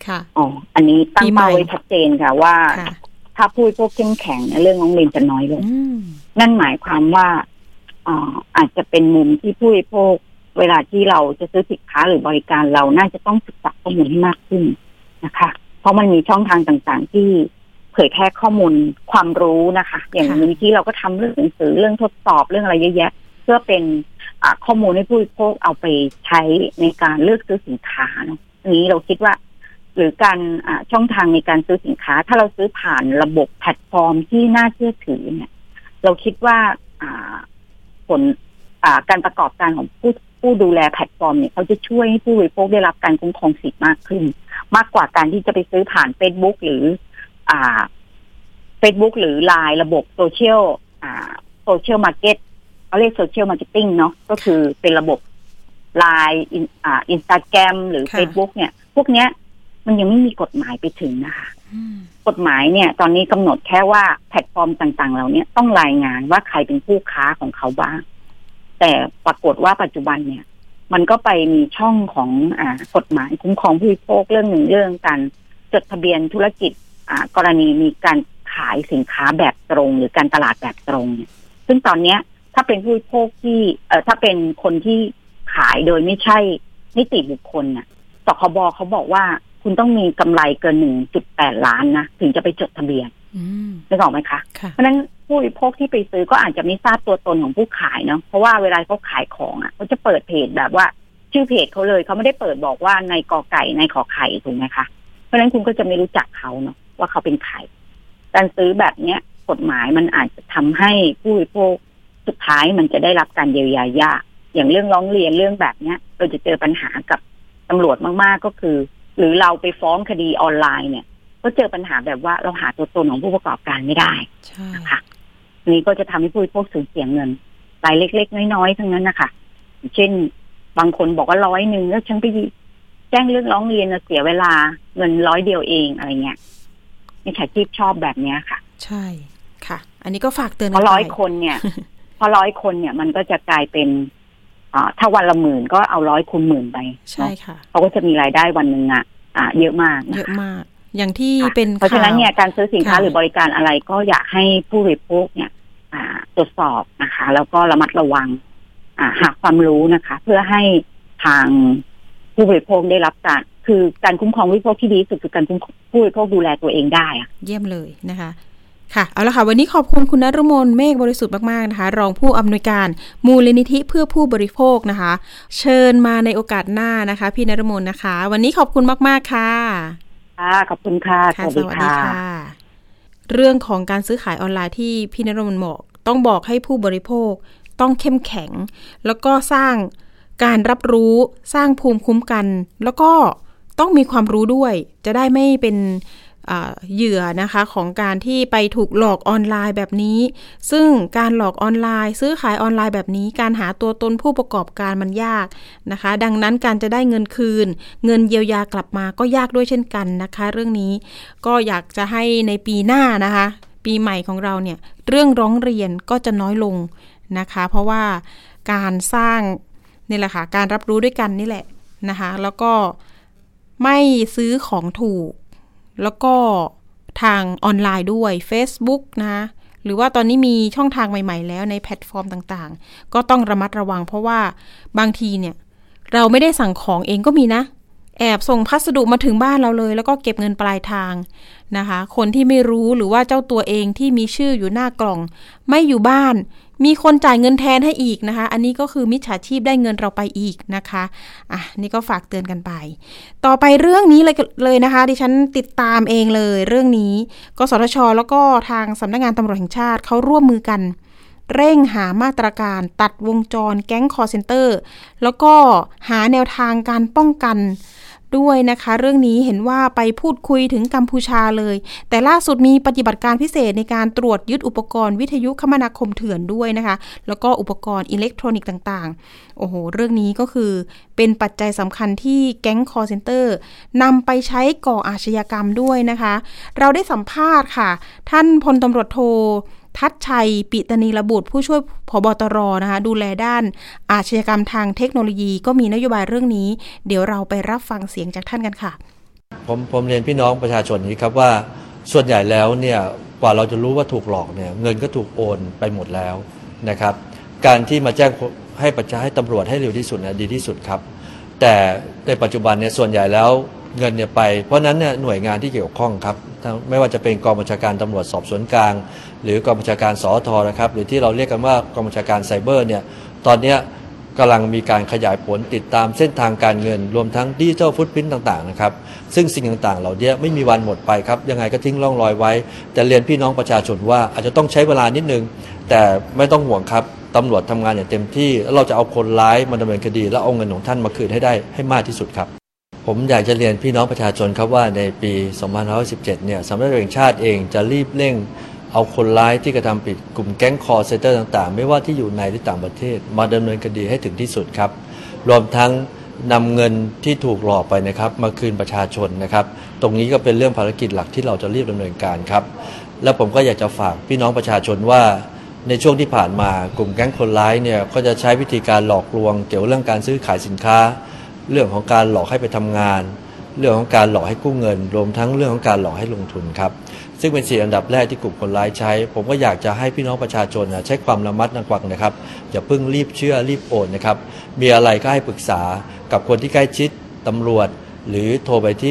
ค่ะอันนี้ตั้งเป้าไว้ชัดเจนค่ะว่าถ้าผู้บริโภคเข้มแข็งเรื่องร้องเรียนจะน้อยลงนั่นหมายความว่าอาจจะเป็นมุมที่ผู้บริโภคเวลาที่เราจะซื้อสินค้าหรือบริการเราน่าจะต้องศึกษาข้อมูลให้มากขึ้นนะคะเพราะมันมีช่องทางต่างๆที่เผยแพร่ข้อมูลความรู้นะคะอย่างมูลนิธิเราก็ทำเรื่องหนังสือเรื่องทดสอบเรื่องอะไรเยอะแยะเพื่อเป็นข้อมูลให้ผู้บริโภคเอาไปใช้ในการเลือกซื้อสินค้าเนาะนี้เราคิดว่าหรือการช่องทางในการซื้อสินค้าถ้าเราซื้อผ่านระบบแพลตฟอร์มที่น่าเชื่อถือเนี่ยเราคิดว่าผลการประกอบการของผู้ดูแลแพลตฟอร์มเนี่ยเขาจะช่วยให้ผู้บริโภคได้รับการคุ้มครองสิทธิ์มากขึ้นมากกว่าการที่จะไปซื้อผ่าน Facebook หรือFacebook หรือ LINE ระบบโซเชียลมาร์เก็ตเขาเรียกโซเชียลมาร์เก็ตติ้งเนาะก็คือเป็นระบบ LINE Instagram หรือ Facebook เนี่ยพวกเนี้ยมันยังไม่มีกฎหมายไปถึงนะคะกฎหมายเนี่ยตอนนี้กำหนดแค่ว่าแพลตฟอร์มต่างๆเหล่านี้ต้องรายงานว่าใครเป็นผู้ค้าของเขาบ้างแต่ปรากฏว่าปัจจุบันเนี่ยมันก็ไปมีช่องของกฎหมายคุ้มครองผู้บริโภคเรื่องหนึ่งเรื่องการจดทะเบียนธุรกิจกรณีมีการขายสินค้าแบบตรงหรือการตลาดแบบตรงเนี่ยซึ่งตอนนี้ถ้าเป็นผู้บริโภคที่ถ้าเป็นคนที่ขายโดยไม่ใช่นิติบุคคลน่ะสคบเขาบอกว่าคุณต้องมีกำไรเกิน 1.8 ล้านนะถึงจะไปจดทะเบียนนึกออกไหมคะเพราะฉะนั้นผู้บริโภคที่ไปซื้อก็อาจจะไม่ทราบตัวตนของผู้ขายเนาะเพราะว่าเวลาเขาขายของเขาจะเปิดเพจแบบว่าชื่อเพจเขาเลยเขาไม่ได้เปิดบอกว่าในกอไก่ในขอไข่ถูกไหมคะเพราะฉะนั้นคุณก็จะไม่รู้จักเขาเนาะว่าเขาเป็นใครการซื้อแบบเนี้ยกฎหมายมันอาจจะทำให้ผู้บริโภคสุดท้ายมันจะได้รับการเยียวยายากอย่างเรื่องร้องเรียนเรื่องแบบเนี้ยเราจะเจอปัญหากับตำรวจมากๆก็คือหรือเราไปฟ้องคดีออนไลน์เนี่ยก็เจอปัญหาแบบว่าเราหาตัวตนของผู้ประกอบการไม่ได้นะคะนี่ก็จะทำให้ผู้บริโภคสูญเสียเงินรายเล็กๆน้อยๆทั้งนั้นนะคะเช่นบางคนบอกว่า100แล้วฉันไปแจ้งเรื่องร้องเรียนเสียเวลาเงิน100เดียวเองอะไรเงี้ยมิจฉาชีพชอบแบบนี้ค่ะใช่ค่ะอันนี้ก็ฝากเตือนพอ100 คนเนี่ยพอ100 คนเนี่ยมันก็จะกลายเป็นถ้าวันละ10,000ก็เอา100 คูณ 10,000ไปใช่ค่ะเขาก็จะมีรายได้วันนึงเยอะมากเยอะมากอย่างที่เป็นเพราะฉะนั้นเนี่ยการซื้อสินค้าหรือบริการอะไรก็อยากให้ผู้บริโภคเนี่ยตรวจสอบนะคะแล้วก็ระมัดระวังหาความรู้นะคะเพื่อให้ทางผู้บริโภคได้รับการคุ้มครองผู้บริโภคที่ดีสุดคือการผู้บริโภคดูแลตัวเองได้เยี่ยมเลยนะคะค่ะเอาละค่ะวันนี้ขอบคุณคุณนฤมลเมฆบริสุทธิ์มากๆนะคะรองผู้อำนวยการมูลนิธิเพื่อผู้บริโภคนะคะเชิญมาในโอกาสหน้านะคะพี่นฤมลนะคะวันนี้ขอบคุณมากๆค่ะขอบคุณค่ะสวัสดีค่ะเรื่องของการซื้อขายออนไลน์ที่พี่นฤมลบอกต้องบอกให้ผู้บริโภคต้องเข้มแข็งแล้วก็สร้างการรับรู้สร้างภูมิคุ้มกันแล้วก็ต้องมีความรู้ด้วยจะได้ไม่เป็นเหยื่อนะคะของการที่ไปถูกหลอกออนไลน์แบบนี้ซึ่งการหลอกออนไลน์ซื้อขายออนไลน์แบบนี้การหาตัวตนผู้ประกอบการมันยากนะคะดังนั้นการจะได้เงินคืนเงินเยียวยากลับมาก็ยากด้วยเช่นกันนะคะเรื่องนี้ก็อยากจะให้ในปีหน้านะคะปีใหม่ของเราเนี่ยเรื่องร้องเรียนก็จะน้อยลงนะคะเพราะว่าการสร้างนี่แหละค่ะการรับรู้ด้วยกันนี่แหละนะคะแล้วก็ไม่ซื้อของถูกแล้วก็ทางออนไลน์ด้วย Facebook นะหรือว่าตอนนี้มีช่องทางใหม่ๆแล้วในแพลตฟอร์มต่างๆก็ต้องระมัดระวังเพราะว่าบางทีเนี่ยเราไม่ได้สั่งของเองก็มีนะแอบส่งพัสดุมาถึงบ้านเราเลยแล้วก็เก็บเงินปลายทางนะคะคนที่ไม่รู้หรือว่าเจ้าตัวเองที่มีชื่ออยู่หน้ากล่องไม่อยู่บ้านมีคนจ่ายเงินแทนให้อีกนะคะอันนี้ก็คือมิจฉาชีพได้เงินเราไปอีกนะคะนี่ก็ฝากเตือนกันไปต่อไปเรื่องนี้เลยนะคะดิฉันติดตามเองเลยเรื่องนี้กสทช.แล้วก็ทางสำนักงานตำรวจแห่งชาติเขาร่วมมือกันเร่งหามาตรการตัดวงจรแก๊งคอลเซ็นเตอร์แล้วก็หาแนวทางการป้องกันด้วยนะคะเรื่องนี้เห็นว่าไปพูดคุยถึงกัมพูชาเลยแต่ล่าสุดมีปฏิบัติการพิเศษในการตรวจยึดอุปกรณ์วิทยุคมนาคมเถื่อนด้วยนะคะแล้วก็อุปกรณ์อิเล็กทรอนิกส์ต่างๆโอ้โหเรื่องนี้ก็คือเป็นปัจจัยสำคัญที่แก๊งคอลเซ็นเตอร์นำไปใช้ก่ออาชญากรรมด้วยนะคะเราได้สัมภาษณ์ค่ะท่านพลตำรวจโททัชชัยปิตนีระบุผู้ช่วยผบ.ตร.นะคะดูแลด้านอาชญากรรมทางเทคโนโลยีก็มีนโยบายเรื่องนี้เดี๋ยวเราไปรับฟังเสียงจากท่านกันค่ะผมเรียนพี่น้องประชาชนนี้ครับว่าส่วนใหญ่แล้วเนี่ยกว่าเราจะรู้ว่าถูกหลอกเนี่ยเงินก็ถูกโอนไปหมดแล้วนะครับการที่มาแจ้งให้ตำรวจให้เร็วที่สุดนะดีที่สุดครับแต่ในปัจจุบันเนี่ยส่วนใหญ่แล้วเงินเนี่ยไปเพราะนั้นเนี่ยหน่วยงานที่เกี่ยวข้องครับไม่ว่าจะเป็นกองบัญชาการตำรวจสอบสวนกลางหรือกองบัญชาการสอทนะครับหรือที่เราเรียกกันว่ากองบัญชาการไซเบอร์เนี่ยตอนนี้กำลังมีการขยายผลติดตามเส้นทางการเงินรวมทั้งดิจิทัลฟุตพริ้นท์ต่างๆนะครับซึ่งสิ่งต่างๆเหล่านี้ไม่มีวันหมดไปครับยังไงก็ทิ้งร่องรอยไว้แต่เรียนพี่น้องประชาชนว่าอาจจะต้องใช้เวลานิดนึงแต่ไม่ต้องห่วงครับตำรวจทำงานอย่างเต็มที่แล้วเราจะเอาคนร้ายมาดำเนินคดีแล้วเอาเงินของท่านมาคืนให้ได้ให้มากที่สุดครับผมอยากจะเรียนพี่น้องประชาชนครับว่าในปี 2517 เนี่ยสำนักงานตำรวจแห่งชาติเองจะรีบเร่งเอาคนร้ายที่กระทำผิดกลุ่มแก๊งคอลเซ็นเตอร์ต่างๆไม่ว่าที่อยู่ในหรือต่างประเทศมาดำเนินคดีให้ถึงที่สุดครับรวมทั้งนำเงินที่ถูกหลอกไปนะครับมาคืนประชาชนนะครับตรงนี้ก็เป็นเรื่องภารกิจหลักที่เราจะรีบดำเนินการครับและผมก็อยากจะฝากพี่น้องประชาชนว่าในช่วงที่ผ่านมากลุ่มแก๊งคนร้ายเนี่ยก็จะใช้วิธีการหลอกลวงเกี่ยวกับเรื่องการซื้อขายสินค้าเรื่องของการหลอกให้ไปทำงานเรื่องของการหลอกให้กู้เงินรวมทั้งเรื่องของการหลอกให้ลงทุนครับซึ่งเป็น4อันดับแรกที่กลุ่มคนร้ายใช้ผมก็อยากจะให้พี่น้องประชาชนใช้ความระมัดระวังนะครับอย่าเพิ่งรีบเชื่อรีบโอนนะครับมีอะไรก็ให้ปรึกษากับคนที่ใกล้ชิดตำรวจหรือโทรไปที่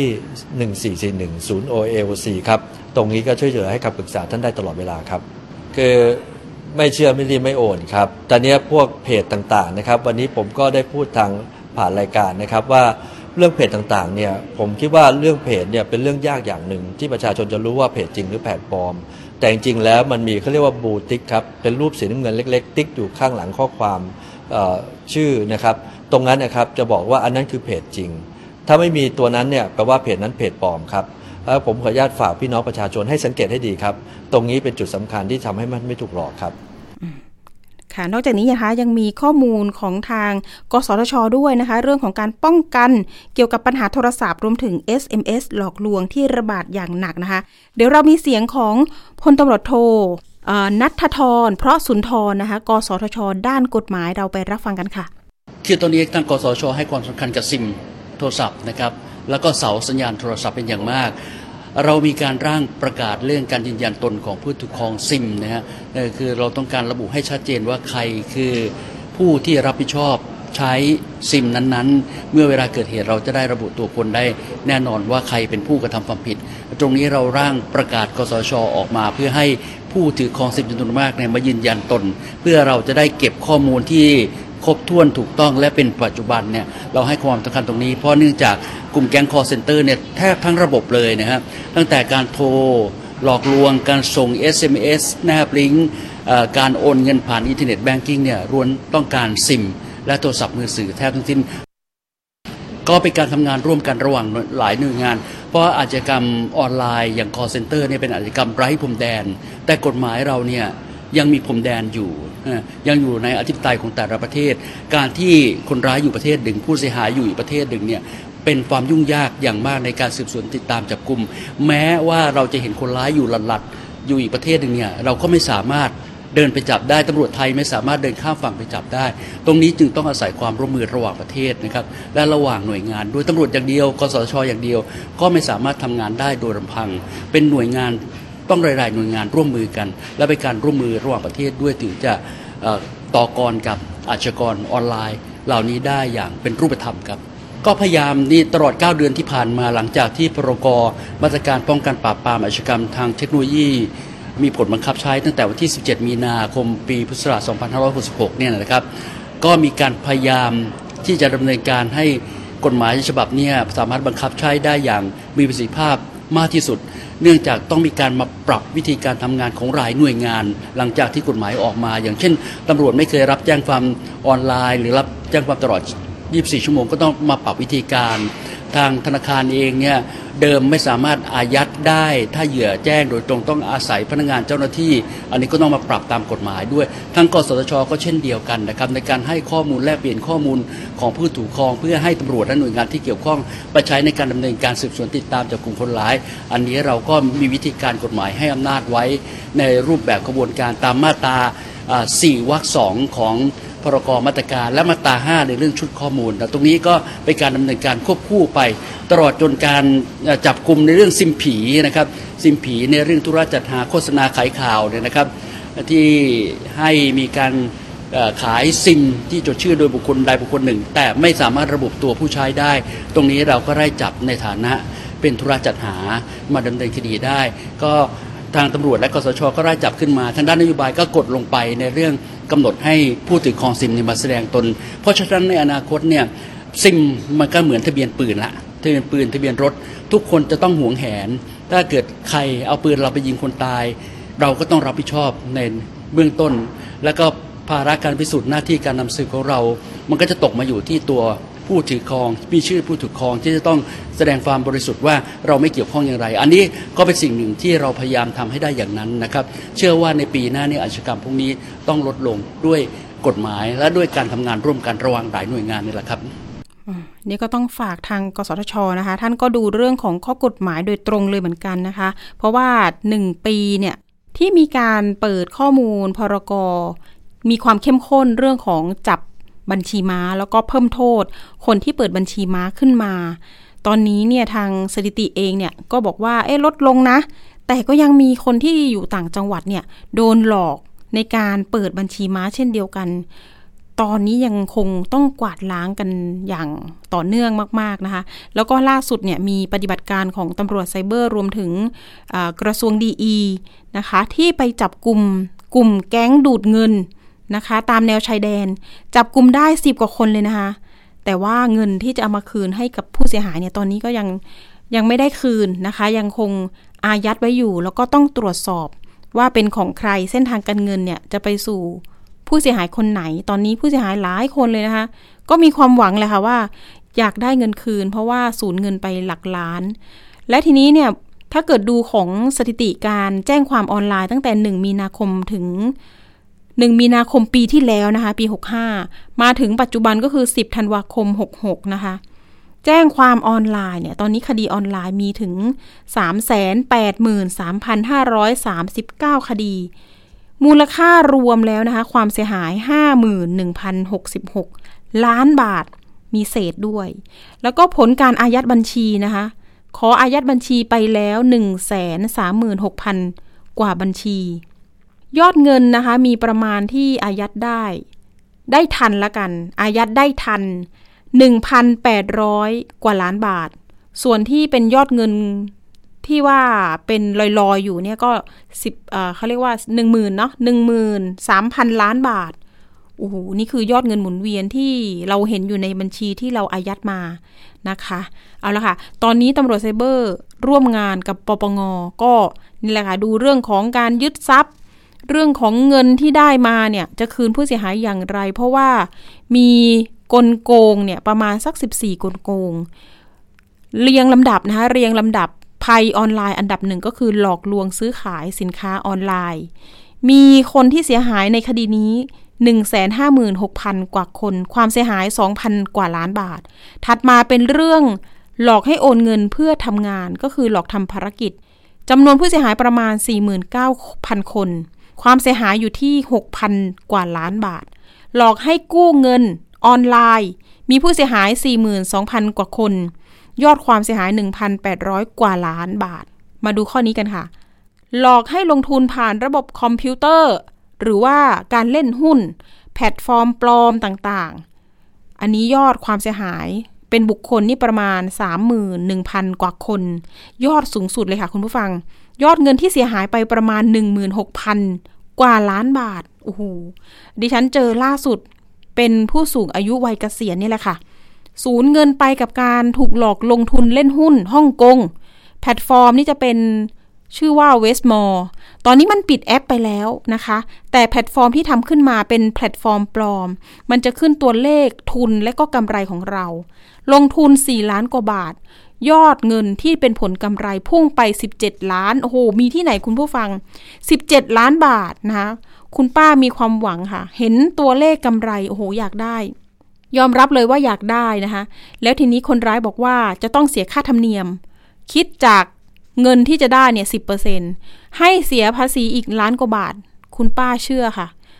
1441 ศูนย์ OAOC ครับตรงนี้ก็ช่วยเหลือให้คำปรึกษาท่านได้ตลอดเวลาครับคือไม่เชื่อไม่รีบไม่โอนครับตอนนี้พวกเพจต่างๆนะครับวันนี้ผมก็ได้พูดทางผ่านรายการนะครับว่าเรื่องเพจต่างๆเนี่ยผมคิดว่าเรื่องเพจเนี่ยเป็นเรื่องยากอย่างหนึ่งที่ประชาชนจะรู้ว่าเพจจริงหรือเพจปลอมแต่จริงๆแล้วมันมีเขาเรียกว่าบลูติ๊กครับเป็นรูปสีน้ำเงินเล็กๆติ๊กอยู่ข้างหลังข้อความชื่อนะครับตรงนั้นนะครับจะบอกว่าอันนั้นคือเพจจริงถ้าไม่มีตัวนั้นเนี่ยแปลว่าเพจนั้นเพจปลอมครับแล้วผมขออนุญาตฝากพี่น้องประชาชนให้สังเกตให้ดีครับตรงนี้เป็นจุดสำคัญที่ทำให้มันไม่ถูกหลอกครับค่ะนอกจากนี้นะคะยังมีข้อมูลของทางกสทช.ด้วยนะคะเรื่องของการป้องกันเกี่ยวกับปัญหาโทรศัพท์รวมถึง SMS หลอกลวงที่ระบาดอย่างหนักนะคะเดี๋ยวเรามีเสียงของพลตำรวจโทณัฐธรเพราะสุนทรนะคะกสทช.ด้านกฎหมายเราไปรับฟังกันค่ะคือตอนนี้ทางกสทช.ให้ความสำคัญกับซิมโทรศัพท์นะครับแล้วก็เสาสัญญาณโทรศัพท์เป็นอย่างมากเรามีการร่างประกาศเรื่องการยืนยันตนของผู้ถือครองซิมนะฮะคือเราต้องการระบุให้ชัดเจนว่าใครคือผู้ที่รับผิดชอบใช้ซิมนั้นๆเมื่อเวลาเกิดเหตุเราจะได้ระบุตัวคนได้แน่นอนว่าใครเป็นผู้กระทำความผิดตรงนี้เราร่างประกาศกสทช.ออกมาเพื่อให้ผู้ถือครองซิมจำนวนมากเนี่ยมายืนยันตนเพื่อเราจะได้เก็บข้อมูลที่ครบถ้วนถูกต้องและเป็นปัจจุบันเนี่ยเราให้ความสำคัญตรงนี้เพราะเนื่องจากกลุ่มแก๊งคอลเซ็นเตอร์เนี่ยแทบทั้งระบบเลยนะครับตั้งแต่การโทรหลอกลวงการส่ง SMS แนบลิงก์การโอนเงินผ่านอินเทอร์เน็ตแบงกิ้งเนี่ยล้วนต้องการซิมและโทรศัพท์มือถือแทบทั้งสิ้นก็เป็นการทำงานร่วมกันระหว่างหลายหน่วยงานเพราะอาชญากรรมออนไลน์อย่างคอลเซ็นเตอร์เนี่ยเป็นอาชญากรรมไร้พรมแดนแต่กฎหมายเราเนี่ยยังมีพรมแดนอยู่ยังอยู่ในอธิปไตยของแต่ละประเทศการที่คนร้ายอยู่ประเทศหนึ่งผู้เสียหายอยู่อีกประเทศหนึ่งเนี่ยเป็นความยุ่งยากอย่างมากในการสืบสวนติดตามจับกุมแม้ว่าเราจะเห็นคนร้ายอยู่หลัดๆอยู่อีกประเทศหนึ่งเนี่ยเราก็ไม่สามารถเดินไปจับได้ตำรวจไทยไม่สามารถเดินข้ามฝั่งไปจับได้ตรงนี้จึงต้องอาศัยความร่วมมือระหว่างประเทศนะครับและระหว่างหน่วยงานโดยตำรวจอย่างเดียวกสทช.อย่างเดียวก็ไม่สามารถทำงานได้โดยลำพังเป็นหน่วยงานต้องหลายๆหน่วยงานร่วมมือกันและเป็นการร่วมมือระหว่างประเทศด้วยถึงจะต่อกรกับอาชญากรออนไลน์เหล่านี้ได้อย่างเป็นรูปธรรมครับก็พยายามนี่ตลอด9 เดือนที่ผ่านมาหลังจากที่พรก.มาตรการป้องกันปราบปรามอาชญากรรมทางเทคโนโลยีมีผลบังคับใช้ตั้งแต่วันที่17 มีนาคมปีพุทธศักราช 2566 เนี่ยนะครับก็มีการพยายามที่จะดำเนินการให้กฎหมายฉบับนี้สามารถบังคับใช้ได้อย่างมีประสิทธิภาพมากที่สุดเนื่องจากต้องมีการมาปรับวิธีการทำงานของหลายหน่วยงานหลังจากที่กฎหมายออกมาอย่างเช่นตำรวจไม่เคยรับแจ้งความออนไลน์หรือรับแจ้งความตลอด24 ชั่วโมงก็ต้องมาปรับวิธีการทางธนาคารเองเนี่ยเดิมไม่สามารถอายัดได้ถ้าเหยื่อแจ้งโดยตรงต้องอาศัยพนักงานเจ้าหน้าที่อันนี้ก็ต้องมาปรับตามกฎหมายด้วยทั้งกสทช.ก็เช่นเดียวกันนะครับในการให้ข้อมูลแลกเปลี่ยนข้อมูลของผู้ถือครองเพื่อให้ตำรวจและหน่วยงานที่เกี่ยวข้องไปใช้ในการดำเนินการสืบสวนติดตามจับกลุ่มคนร้ายอันนี้เราก็มีวิธีการกฎหมายให้อำนาจไว้ในรูปแบบกระบวนการตามมาตรา 4 วรรค 2ของพรกมาตรการและมาตรา 5ในเรื่องชุดข้อมูลตรงนี้ก็เป็นการดำเนินการควบคู่ไปตลอดจนการจับกุมในเรื่องซิมผีนะครับซิมผีในเรื่องธุรจัดหาโฆษณาขายข่าวเนี่ยนะครับที่ให้มีการขายซิมที่จดชื่อโดยบุคคลใดบุคคลหนึ่งแต่ไม่สามารถระบุตัวผู้ใช้ได้ตรงนี้เราก็ได้จับในฐานะเป็นธุรจัดหามาดำเนินคดีได้ก็ทางตำรวจและกสช.ก็ได้จับขึ้นมาทางด้านนโยบายก็กดลงไปในเรื่องกำหนดให้ผู้ถือครองซิมมาแสดงตนเพราะฉะนั้นในอนาคตเนี่ยซิมมันก็เหมือนทะเบียนปืนละทะเบียนปืนทะเบียนรถทุกคนจะต้องหวงแหนถ้าเกิดใครเอาปืนเราไปยิงคนตายเราก็ต้องรับผิดชอบในเบื้องต้นแล้วก็ภาระการพิสูจน์หน้าที่การนำสืบของเรามันก็จะตกมาอยู่ที่ตัวผู้ถือครองมีชื่อผู้ถือครองที่จะต้องแสดงความบริสุทธิ์ว่าเราไม่เกี่ยวข้องอย่างไรอันนี้ก็เป็นสิ่งหนึ่งที่เราพยายามทำให้ได้อย่างนั้นนะครับเชื่อว่าในปีหน้านี้อาชญากรรมพวกนี้ต้องลดลงด้วยกฎหมายและด้วยการทำงานร่วมกันระหว่างหลายหน่วยงานนี่แหละครับนี่ก็ต้องฝากทางกสทช.นะคะท่านก็ดูเรื่องของข้อกฎหมายโดยตรงเลยเหมือนกันนะคะเพราะว่า1ปีเนี่ยที่มีการเปิดข้อมูลพรก.มีความเข้มข้นเรื่องของจับบัญชีม้าแล้วก็เพิ่มโทษคนที่เปิดบัญชีม้าขึ้นมาตอนนี้เนี่ยทางสถิติเองเนี่ยก็บอกว่าลดลงนะแต่ก็ยังมีคนที่อยู่ต่างจังหวัดเนี่ยโดนหลอกในการเปิดบัญชีม้าเช่นเดียวกันตอนนี้ยังคงต้องกวาดล้างกันอย่างต่อเนื่องมากๆนะคะแล้วก็ล่าสุดเนี่ยมีปฏิบัติการของตำรวจไซเบอร์รวมถึงกระทรวงดีนะคะที่ไปจับกลุ่มแก๊งดูดเงินนะคะตามแนวชายแดนจับกุมได้10 กว่าคนเลยนะคะแต่ว่าเงินที่จะเอามาคืนให้กับผู้เสียหายเนี่ยตอนนี้ก็ยังไม่ได้คืนนะคะยังคงอายัดไว้อยู่แล้วก็ต้องตรวจสอบว่าเป็นของใครเส้นทางการเงินเนี่ยจะไปสู่ผู้เสียหายคนไหนตอนนี้ผู้เสียหายหลายคนเลยนะคะก็มีความหวังเลยค่ะว่าอยากได้เงินคืนเพราะว่าสูญเงินไปหลักล้านและทีนี้เนี่ยถ้าเกิดดูของสถิติการแจ้งความออนไลน์ตั้งแต่1 มีนาคมถึง1 มีนาคมปีที่แล้วนะคะปี65มาถึงปัจจุบันก็คือ10 ธันวาคม66นะคะแจ้งความออนไลน์เนี่ยตอนนี้คดีออนไลน์มีถึง 383,539 คดีมูลค่ารวมแล้วนะคะความเสียหาย 51,066 ล้านบาทมีเศษด้วยแล้วก็ผลการอายัดบัญชีนะคะขออายัดบัญชีไปแล้ว 136,000 กว่าบัญชียอดเงินนะคะมีประมาณที่อายัดได้ทันละกันอายัดได้ทัน 1,800 กว่าล้านบาทส่วนที่เป็นยอดเงินที่ว่าเป็นลอยๆอยู่เนี่ยก็เขาเรียกว่า 10,000 เนาะ 13,000 ล้านบาทโอ้โหนี่คือยอดเงินหมุนเวียนที่เราเห็นอยู่ในบัญชีที่เราอายัดมานะคะเอาละค่ะตอนนี้ตำรวจไซเบอร์ร่วมงานกับปปง.ก็นี่แหละค่ะดูเรื่องของการยึดทรัพย์เรื่องของเงินที่ได้มาเนี่ยจะคืนผู้เสียหายอย่างไรเพราะว่ามีกลโกงเนี่ยประมาณสัก14กลโกงเรียงลำดับนะคะเรียงลำดับภัยออนไลน์อันดับ1ก็คือหลอกลวงซื้อขายสินค้าออนไลน์มีคนที่เสียหายในคดีนี้ 156,000 กว่าคนความเสียหาย 2,000 กว่าล้านบาทถัดมาเป็นเรื่องหลอกให้โอนเงินเพื่อทำงานก็คือหลอกทำภารกิจจำนวนผู้เสียหายประมาณ 49,000 คนความเสียหายอยู่ที่ 6,000 กว่าล้านบาทหลอกให้กู้เงินออนไลน์มีผู้เสียหาย 42,000 กว่าคนยอดความเสียหาย 1,800 กว่าล้านบาทมาดูข้อนี้กันค่ะหลอกให้ลงทุนผ่านระบบคอมพิวเตอร์หรือว่าการเล่นหุ้นแพลตฟอร์มปลอมต่างๆอันนี้ยอดความเสียหายเป็นบุคคลนี่ประมาณ 31,000 กว่าคนยอดสูงสุดเลยค่ะคุณผู้ฟังยอดเงินที่เสียหายไปประมาณ 16,000 กว่าล้านบาทโอ้โหดิฉันเจอล่าสุดเป็นผู้สูงอายุวัยเกษียณนี่แหละค่ะสูญเงินไปกับการถูกหลอกลงทุนเล่นหุ้นฮ่องกงแพลตฟอร์มนี่จะเป็นชื่อว่า Westmore ตอนนี้มันปิดแอปไปแล้วนะคะแต่แพลตฟอร์มที่ทำขึ้นมาเป็นแพลตฟอร์มปลอมมันจะขึ้นตัวเลขทุนและก็กำไรของเราลงทุน4 ล้านกว่าบาทยอดเงินที่เป็นผลกำไรพุ่งไป17 ล้านโอ้โหมีที่ไหนคุณผู้ฟัง17 ล้านบาทนะคะคุณป้ามีความหวังค่ะเห็นตัวเลขกำไรโอ้โหอยากได้ยอมรับเลยว่าอยากได้นะคะแล้วทีนี้คนร้ายบอกว่าจะต้องเสียค่าธรรมเนียมคิดจากเงินที่จะได้เนี่ย 10% ให้เสียภาษีอีกล้านกว่าบาทคุณป้าเชื่อค่ะ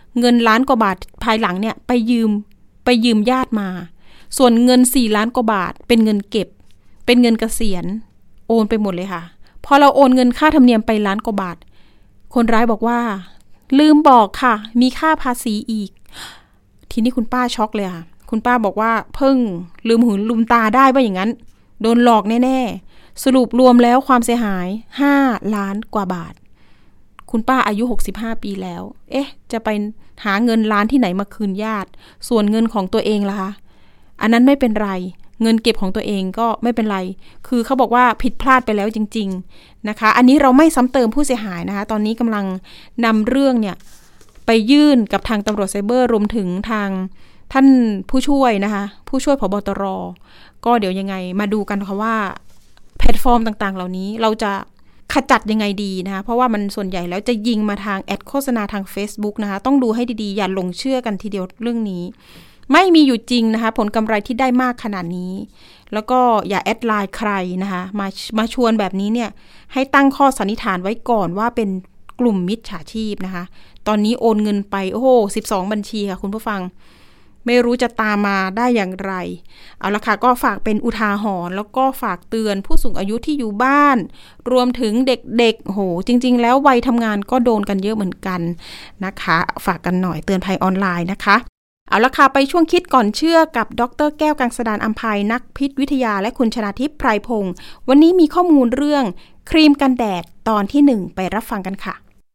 เงินล้านกว่าบาทภายหลังเนี่ยไปยืมญาติมาส่วนเงิน4 ล้านกว่าบาทเป็นเงินเก็บเป็นเงินเกษียณโอนไปหมดเลยค่ะพอเราโอนเงินค่าธรรมเนียมไปล้านกว่าบาทคนร้ายบอกว่าลืมบอกค่ะมีค่าภาษีอีกทีนี้คุณป้าช็อกเลยค่ะคุณป้าบอกว่าเพิ่งลืมหูลืมตาได้ว่าอย่างนั้นโดนหลอกแน่ๆสรุปรวมแล้วความเสียหาย5 ล้านกว่าบาทคุณป้าอายุ65 ปีแล้วจะไปหาเงินล้านที่ไหนมาคืนญาติส่วนเงินของตัวเองล่ะคะอันนั้นไม่เป็นไรเงินเก็บของตัวเองก็ไม่เป็นไรคือเขาบอกว่าผิดพลาดไปแล้วจริงๆนะคะอันนี้เราไม่ซ้ำเติมผู้เสียหายนะคะตอนนี้กำลังนำเรื่องเนี่ยไปยื่นกับทางตำรวจไซเบอร์รวมถึงทางท่านผู้ช่วยนะคะผู้ช่วยผบตร.ก็เดี๋ยวยังไงมาดูกันค่ะว่าแพลตฟอร์มต่างๆเหล่านี้เราจะขจัดยังไงดีนะคะเพราะว่ามันส่วนใหญ่แล้วจะยิงมาทางแอดโฆษณาทาง Facebook นะคะต้องดูให้ดีๆอย่าหลงเชื่อกันทีเดียวเรื่องนี้ไม่มีอยู่จริงนะคะผลกำไรที่ได้มากขนาดนี้แล้วก็อย่าแอดไลน์ใครนะคะมาชวนแบบนี้เนี่ยให้ตั้งข้อสันนิษฐานไว้ก่อนว่าเป็นกลุ่มมิจฉาชีพนะคะตอนนี้โอนเงินไป12 บัญชีค่ะคุณผู้ฟังไม่รู้จะตามมาได้อย่างไรเอาละค่ะก็ฝากเป็นอุทาหรณ์แล้วก็ฝากเตือนผู้สูงอายุที่อยู่บ้านรวมถึงเด็กๆจริงๆแล้ววัยทำงานก็โดนกันเยอะเหมือนกันนะคะฝากกันหน่อยเตือนภัยออนไลน์นะคะเอาละค่ะไปช่วงคิดก่อนเชื่อกับดร.แก้วกังสดาลอำไพนักพิษวิทยาและคุณชนาทิพย์ไพรพงศ์วันนี้มีข้อมูลเรื่องครีมกันแดดตอนที่1ไปรับฟังกันค่ะ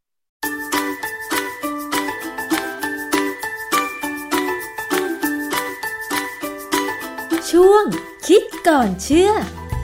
ช่วงคิดก่อนเชื่อ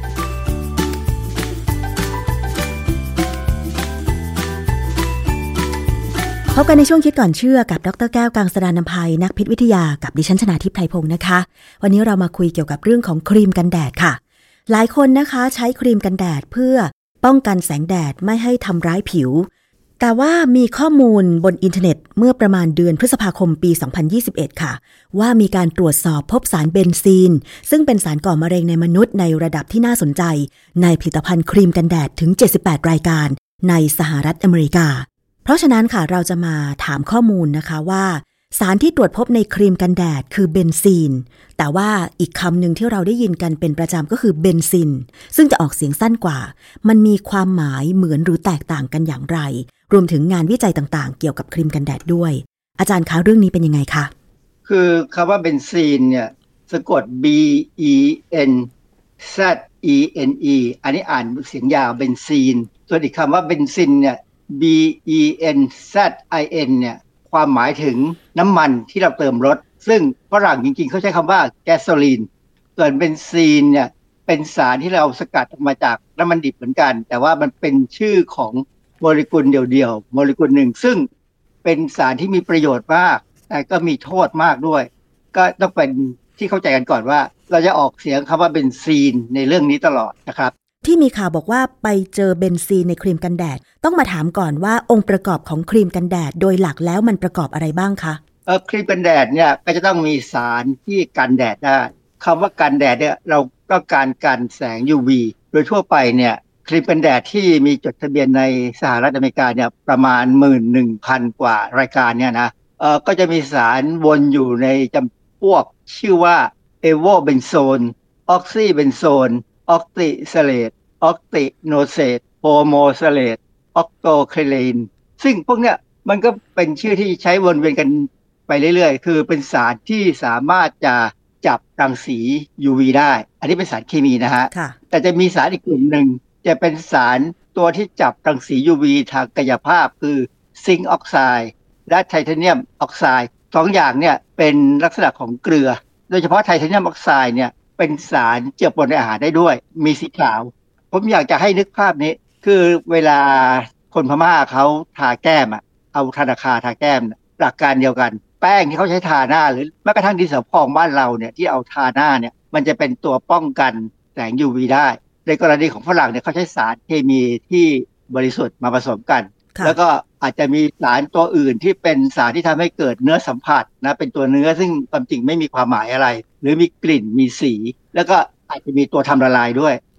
พบกันในช่วงคิดก่อนเชื่อกับดร.แก้วกังสดาลอำไพนักพิษวิทยากับดิฉันชนาทิพย์ไพรพงศ์นะคะวันนี้เรามาคุยเกี่ยวกับเรื่องของครีมกันแดดค่ะหลายคนนะคะใช้ครีมกันแดดเพื่อป้องกันแสงแดดไม่ให้ทำร้ายผิวแต่ว่ามีข้อมูลบนอินเทอร์เน็ตเมื่อประมาณเดือนพฤษภาคมปี 2021 ค่ะว่ามีการตรวจสอบพบสารเบนซีนซึ่งเป็นสารก่อมะเร็งในมนุษย์ในระดับที่น่าสนใจในผลิตภัณฑ์ครีมกันแดดถึง78 รายการในสหรัฐอเมริกาเพราะฉะนั้นค่ะเราจะมาถามข้อมูลนะคะว่าสารที่ตรวจพบในครีมกันแดดคือเบนซีนแต่ว่าอีกคำหนึ่งที่เราได้ยินกันเป็นประจำก็คือเบนซินซึ่งจะออกเสียงสั้นกว่ามันมีความหมายเหมือนหรือแตกต่างกันอย่างไรรวมถึงงานวิจัยต่างๆเกี่ยวกับครีมกันแดดด้วยอาจารย์คะเรื่องนี้เป็นยังไงคะคือคำว่าเบนซีนเนี่ยสะกด B E N Z E N E อันนี้อ่านเสียงยาวเบนซีนส่วนอีกคำว่าเบนซินเนี่ย B E N Z I N เนี่ยความหมายถึงน้ำมันที่เราเติมรถซึ่งฝรั่งจริงๆเขาใช้คำว่าแก๊สโซลีนส่วนเบนซีนเนี่ยเป็นสารที่เราสกัดออกมาจากน้ำมันดิบเหมือนกันแต่ว่ามันเป็นชื่อของโมเลกุลเดี่ยวๆโมเลกุลหนึ่งซึ่งเป็นสารที่มีประโยชน์มากแต่ก็มีโทษมากด้วยก็ต้องเป็นที่เข้าใจกันก่อนว่าเราจะออกเสียงคำว่าเบนซีนในเรื่องนี้ตลอดนะครับที่มีข่าวบอกว่าไปเจอเบนซีนในครีมกันแดดต้องมาถามก่อนว่าองค์ประกอบของครีมกันแดดโดยหลักแล้วมันประกอบอะไรบ้างคะครีมกันแดดเนี่ยก็จะต้องมีสารที่กันแดดได้คำว่ากันแดดเนี่ยเราต้องการกันแสง UV โดยทั่วไปเนี่ยครีมกันแดดที่มีจดทะเบียนในสหรัฐอเมริกาเนี่ยประมาณ 11,000 กว่ารายการเนี่ยนะก็จะมีสารวนอยู่ในจำพวกชื่อว่าเอโวเบนโซนออกซิเบนโซนออกติเซเลตออกติโนเซตโฮโมเซเลตออกโตเคลีนซึ่งพวกเนี้ยมันก็เป็นชื่อที่ใช้วนเวียนกันไปเรื่อยๆคือเป็นสารที่สามารถจะจับรังสี UV ได้อันนี้เป็นสารเคมีนะฮะแต่จะมีสารอีกกลุ่มหนึ่งจะเป็นสารตัวที่จับรังสี UV ทางกายภาพคือซิงค์ออกไซด์และไทเทเนียมออกไซด์สองอย่างเนี่ยเป็นลักษณะของเกลือโดยเฉพาะไทเทเนียมออกไซด์เนี่ยเป็นสารเจือปนในอาหารได้ด้วยมีสีขาวผมอยากจะให้นึกภาพนี้คือเวลาคนพม่าเขาทาแก้มเอาธนาคารทาแก้มหลักการเดียวกันแป้งที่เขาใช้ทาหน้าหรือแม้กระทั่งดินสอพองบ้านเราเนี่ยที่เอาทาหน้าเนี่ยมันจะเป็นตัวป้องกันแสง UV ได้ในกรณีของฝรั่งเนี่ยเขาใช้สารเคมีที่บริสุทธิ์มาผสมกันแล้วก็อาจจะมีสารตัวอื่นที่เป็นสารที่ทำให้เกิดเนื้อสัมผัสนะเป็นตัวเนื้อซึ่งความจริงไม่มีความหมายอะไรหรือมีกลิ่นมีสีแล้วก็อาจจะมีตัวทำละลายด้วยค่ะ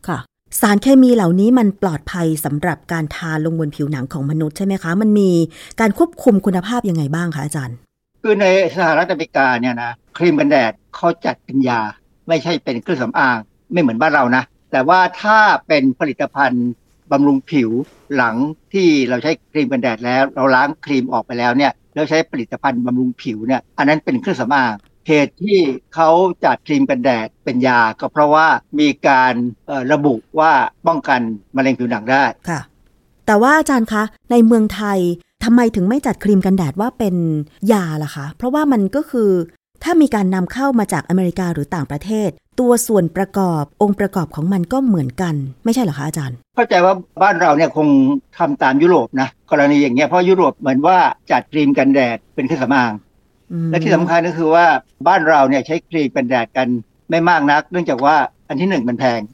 สารเคมีเหล่านี้มันปลอดภัยสำหรับการทาลงบนผิวหนังของมนุษย์ใช่ไหมคะมันมีการควบคุมคุณภาพยังไงบ้างคะอาจารย์คือในสหรัฐอเมริกาเนี่ยนะครีมกันแดดเขาจัดเป็นยาไม่ใช่เป็นเครื่องสำอางไม่เหมือนบ้านเรานะแต่ว่าถ้าเป็นผลิตภัณฑ์บำรุงผิวหลังที่เราใช้ครีมกันแดดแล้วเราล้างครีมออกไปแล้วเนี่ยแล้วใช้ผลิตภัณฑ์บำรุงผิวเนี่ยอันนั้นเป็นเครื่องสำอางเหตุที่เขาจัดครีมกันแดดเป็นยาก็เพราะว่ามีการระบุว่าป้องกันมะเร็งผิวหนังได้ค่ะแต่ว่าอาจารย์คะในเมืองไทยทำไมถึงไม่จัดครีมกันแดดว่าเป็นยาล่ะคะเพราะว่ามันก็คือถ้ามีการนำเข้ามาจากอเมริกาหรือต่างประเทศตัวส่วนประกอบองค์ประกอบของมันก็เหมือนกันไม่ใช่เหรอคะอาจารย์เข้าใจว่าบ้านเราเนี่ยคงทำตามยุโรปนะกรณีอย่างเงี้ยเพราะยุโรปเหมือนว่าจัดครีมกันแดดเป็นเครื่องสำอางและที่สำคัญก็คือว่าบ้านเราเนี่ยใช้ครีมกันแดดกันไม่มากนักเนื่องจากว่าอันที่1มันแพง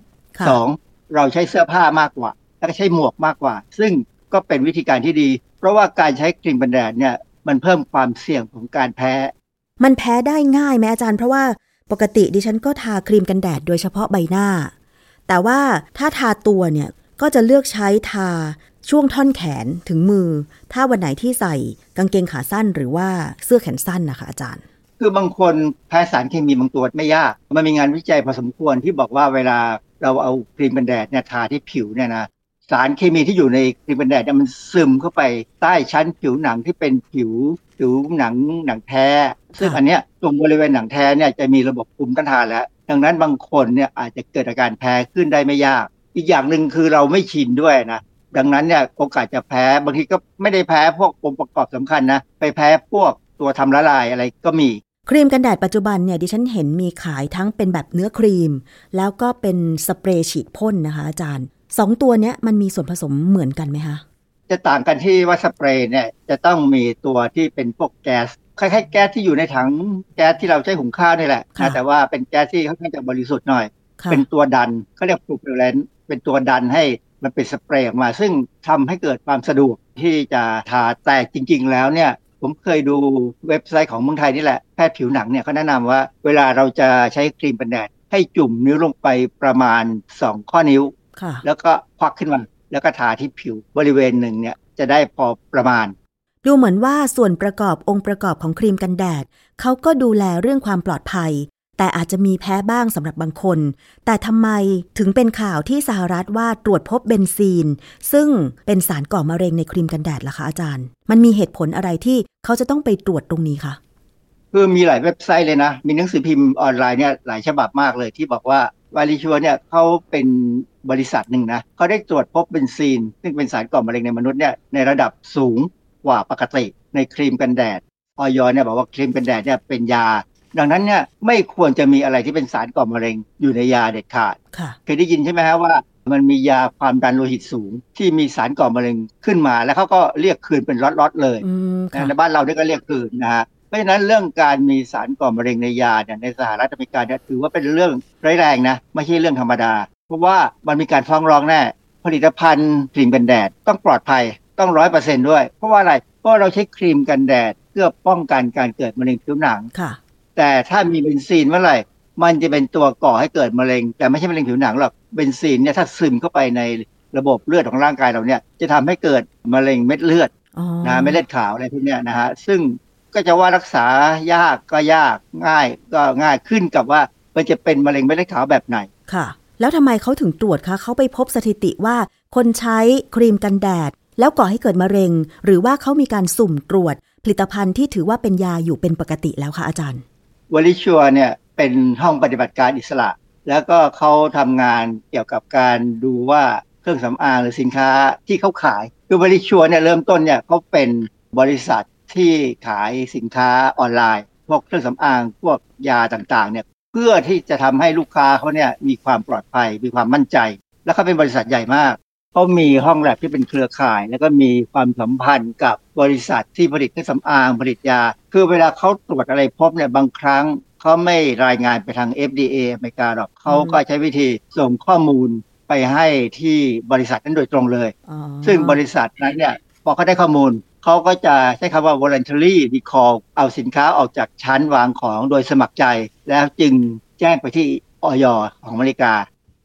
2เราใช้เสื้อผ้ามากกว่าแล้วก็ใช้หมวกมากกว่าซึ่งก็เป็นวิธีการที่ดีเพราะว่าการใช้ครีมกันแดดเนี่ยมันเพิ่มความเสี่ยงของการแพ้มันแพ้ได้ง่ายไหมอาจารย์เพราะว่าปกติดิฉันก็ทาครีมกันแดดโดยเฉพาะใบหน้าแต่ว่าถ้าทาตัวเนี่ยก็จะเลือกใช้ทาช่วงท่อนแขนถึงมือถ้าวันไหนที่ใส่กางเกงขาสั้นหรือว่าเสื้อแขนสั้นนะคะอาจารย์คือบางคนแพ้สารเคมีบางตัวไม่ยากมันมีงานวิจัยพอสมควรที่บอกว่าเวลาเราเอาครีมกันแดดเนี่ยทาที่ผิวเนี่ยนะสารเคมีที่อยู่ในครีมกันแดดเนี่ยมันซึมเข้าไปใต้ชั้นผิวหนังที่เป็นผิวหนังแท้ซึ่งอันเนี้ยตรงบริเวณหนังแท้เนี่ยจะมีระบบภูมิต้านทานแล้วดังนั้นบางคนเนี่ยอาจจะเกิดอาการแพ้ขึ้นได้ไม่ยากอีกอย่างนึงคือเราไม่ชินด้วยนะดังนั้นเนี่ยโอกาสจะแพ้บางทีก็ไม่ได้แพ้พวกองค์ประกอบสำคัญนะไปแพ้พวกตัวทำละลายอะไรก็มีครีมกันแดดปัจจุบันเนี่ยดิฉันเห็นมีขายทั้งเป็นแบบเนื้อครีมแล้วก็เป็นสเปรย์ฉีดพ่นนะคะอาจารย์2ตัวเนี้ยมันมีส่วนผสมเหมือนกันไหมคะจะต่างกันที่ว่าสเปรย์เนี่ยจะต้องมีตัวที่เป็นพวกแก๊สคล้ายๆแก๊สที่อยู่ในถังแก๊สที่เราใช้หุงข้าวนี่แหละแต่ว่าเป็นแก๊สที่ค่อนข้างจะบริสุทธิ์หน่อยเป็นตัวดันเขาเรียกโปรพิเลนเป็นตัวดันให้มันเป็นสเปรย์ออกมาซึ่งทำให้เกิดความสะดวกที่จะทาแต่จริงๆแล้วเนี่ยผมเคยดูเว็บไซต์ของเมืองไทยนี่แหละแพทย์ผิวหนังเนี่ยเขาแนะนำว่าเวลาเราจะใช้ครีมกันแดดให้จุ่มนิ้วลงไปประมาณ2ข้อนิ้วแล้วก็ควักขึ้นมาแล้วก็ทาที่ผิวบริเวณหนึ่งเนี่ยจะได้พอประมาณดูเหมือนว่าส่วนประกอบองค์ประกอบของครีมกันแดดเขาก็ดูแลเรื่องความปลอดภัยแต่อาจจะมีแพ้บ้างสำหรับบางคนแต่ทำไมถึงเป็นข่าวที่สหรัฐว่าตรวจพบเบนซีนซึ่งเป็นสารก่อมะเร็งในครีมกันแดดล่ะคะอาจารย์มันมีเหตุผลอะไรที่เขาจะต้องไปตรวจตรงนี้คะคือมีหลายเว็บไซต์เลยนะมีหนังสือพิมพ์ออนไลน์เนี่ยหลายฉบับมากเลยที่บอกว่าวาลิชัวเนี่ยเขาเป็นบริษัทหนึ่งนะเขาได้ตรวจพบเบนซีนซึ่งเป็นสารก่อมะเร็งในมนุษย์เนี่ยในระดับสูงกว่าปกติในครีมกันแดดอย.เนี่ยบอกว่าครีมกันแดดเนี่ยเป็นยาดังนั้นเนี่ยไม่ควรจะมีอะไรที่เป็นสารก่อมะเร็งอยู่ในยาเด็ดขาดเคยได้ยินใช่ไหมฮะว่ามันมียาความดันโลหิตสูงที่มีสารก่อมะเร็งขึ้นมาแล้วเขาก็เรียกคืนเป็นล็อตๆเลยในบ้านเราเนี่ยก็เรียกคืนนะฮะเพราะฉะนั้นเรื่องการมีสารก่อมะเร็งในยาเนี่ยในสหรัฐอเมริกาเนี่ยถือว่าเป็นเรื่องร้ายแรงนะไม่ใช่เรื่องธรรมดาเพราะว่ามันมีการฟ้องร้องแน่ผลิตภัณฑ์ครีมกันแดดต้องปลอดภัยต้อง 100% ด้วยเพราะว่าอะไรเพราะเราใช้ครีมกันแดดเพื่อป้องกันการเกิดมะเร็งผิวหนังแต่ถ้ามีเบนซีนเมื่อไหร่มันจะเป็นตัวก่อให้เกิดมะเร็งแต่ไม่ใช่มะเร็งผิวหนังหรอกเบนซีนเนี่ยถ้าซึมเข้าไปในระบบเลือดของร่างกายเราเนี่ยจะทำให้เกิดมะเร็งเม็ดเลือดนะเม็ดเลือดขาวอะไรพวกนี้นะฮะซึ่งก็จะว่ารักษายากก็ยากง่ายก็ง่ายขึ้นกับว่ามันจะเป็นมะเร็งเม็ดเลือดขาวแบบไหนค่ะแล้วทำไมเขาถึงตรวจคะเขาไปพบสถิติว่าคนใช้ครีมกันแดดแล้วก่อให้เกิดมะเร็งหรือว่าเขามีการสุ่มตรวจผลิตภัณฑ์ที่ถือว่าเป็นยาอยู่เป็นปกติแล้วคะอาจารย์วอลิชัวเนี่ยเป็นห้องปฏิบัติการอิสระแล้วก็เขาทำงานเกี่ยวกับการดูว่าเครื่องสำอางหรือสินค้าที่เขาขายคือวอลิชัวเนี่ยเริ่มต้นเนี่ยเขาเป็นบริษัทที่ขายสินค้าออนไลน์พวกเครื่องสำอางพวกยาต่างๆเนี่ยเพื่อที่จะทำให้ลูกค้าเขาเนี่ยมีความปลอดภัยมีความมั่นใจแล้วเขาเป็นบริษัทใหญ่มากเขามีห้องแลบที่เป็นเครือข่ายแล้วก็มีความสัมพันธ์กับบริษัทที่ผลิตเครื่องสำอางผลิตยาคือเวลาเขาตรวจอะไรพบเนี่ยบางครั้งเขาไม่รายงานไปทาง FDA อเมริกาหรอกเขาก็ใช้วิธีส่งข้อมูลไปให้ที่บริษัทนั้นโดยตรงเลยซึ่งบริษัทนั้นเนี่ยพอเขาได้ข้อมูลเขาก็จะใช้คำว่า voluntary recall เอาสินค้าออกจากชั้นวางของโดยสมัครใจแล้วจึงแจ้งไปที่อย.ของอเมริกา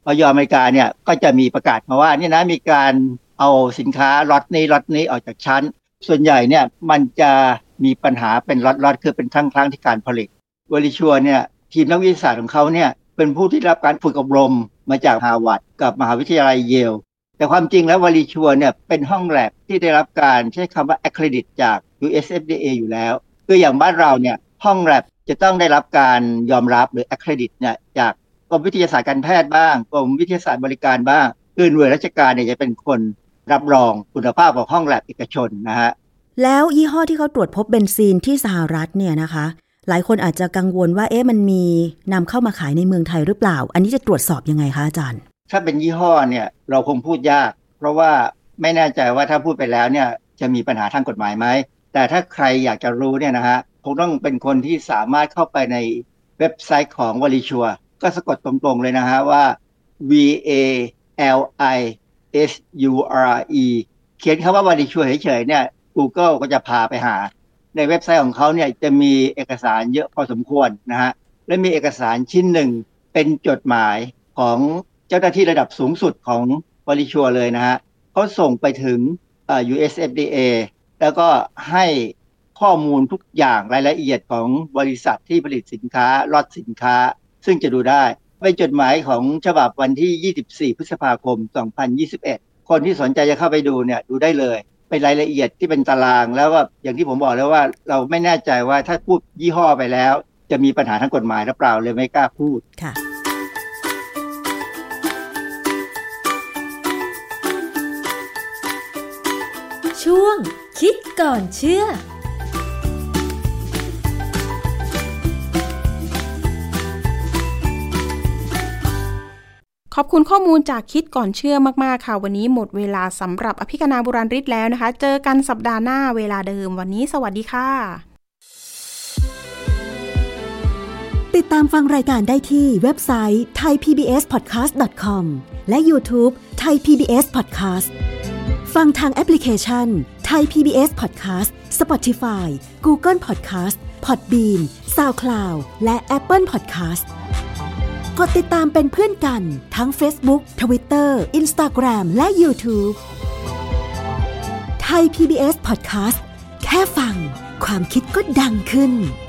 อย.อเมริกาเนี่ยก็จะมีประกาศมาว่านี่นะมีการเอาสินค้าล็อตนี้ออกจากชั้นส่วนใหญ่เนี่ยมันจะมีปัญหาเป็นล็อตคือเป็นครั้งที่การผลิตวอลิชัวเนี่ยทีมนักวิทยาศาสตร์ของเขาเนี่ยเป็นผู้ที่รับการฝึกอบรมมาจากฮาร์วาร์ดกับมหาวิทยาลัยเยลแต่ความจริงแล้ววอลิชัวเนี่ยเป็นห้องแลบที่ได้รับการใช้คำว่า accredit จาก US FDA อยู่แล้วคืออย่างบ้านเราเนี่ยห้องแลบจะต้องได้รับการยอมรับหรือ accredit เนี่ยจากกรมวิทยาศาสตร์การแพทย์บ้างกรมวิทยาศาสตร์บริการบ้างคือหน่วยราชการเนี่ยจะเป็นคนรับรองคุณภาพของห้องแลบเอกชนนะฮะแล้วยี่ห้อที่เขาตรวจพบเบนซีนที่สหรัฐเนี่ยนะคะหลายคนอาจจะกังวลว่ามันมีนำเข้ามาขายในเมืองไทยหรือเปล่าอันนี้จะตรวจสอบยังไงคะอาจารย์ถ้าเป็นยี่ห้อเนี่ยเราคงพูดยากเพราะว่าไม่แน่ใจว่าถ้าพูดไปแล้วเนี่ยจะมีปัญหาทางกฎหมายไหมแต่ถ้าใครอยากจะรู้เนี่ยนะฮะคงต้องเป็นคนที่สามารถเข้าไปในเว็บไซต์ของวอลิชัวก็สะกดตรงๆเลยนะฮะว่า VALISURE เขียนคำว่าวอลิชัวเฉยๆเนี่ย Google ก็จะพาไปหาในเว็บไซต์ของเขาเนี่ยจะมีเอกสารเยอะพอสมควรนะฮะและมีเอกสารชิ้นหนึ่งเป็นจดหมายของเจ้าหน้าที่ระดับสูงสุดของวอลิชัวเลยนะฮะเขาส่งไปถึงUS FDA แล้วก็ให้ข้อมูลทุกอย่างรายละเอียดของบริษัทที่ผลิตสินค้าล็อตสินค้าซึ่งจะดูได้เป็นจดหมายของฉบับวันที่24พฤษภาคม2021คนที่สนใจจะเข้าไปดูเนี่ยดูได้เลยเป็นรายละเอียดที่เป็นตารางแล้วว่าอย่างที่ผมบอกแล้วว่าเราไม่แน่ใจว่าถ้าพูดยี่ห้อไปแล้วจะมีปัญหาทางกฎหมายหรือเปล่าเลยไม่กล้าพูดค่ะช่วงคิดก่อนเชื่อขอบคุณข้อมูลจากคิดก่อนเชื่อมากๆค่ะวันนี้หมดเวลาสำหรับอภิคณาบุราริศแล้วนะคะเจอกันสัปดาห์หน้าเวลาเดิมวันนี้สวัสดีค่ะติดตามฟังรายการได้ที่เว็บไซต์ thaipbspodcast.com และ YouTube Thai PBS Podcast ฟังทางแอปพลิเคชัน Thai PBS Podcast Spotify Google Podcast Podbean SoundCloud และ Apple Podcastกดติดตามเป็นเพื่อนกันทั้ง Facebook Twitter Instagram และ YouTube Thai PBS Podcast แค่ฟังความคิดก็ดังขึ้น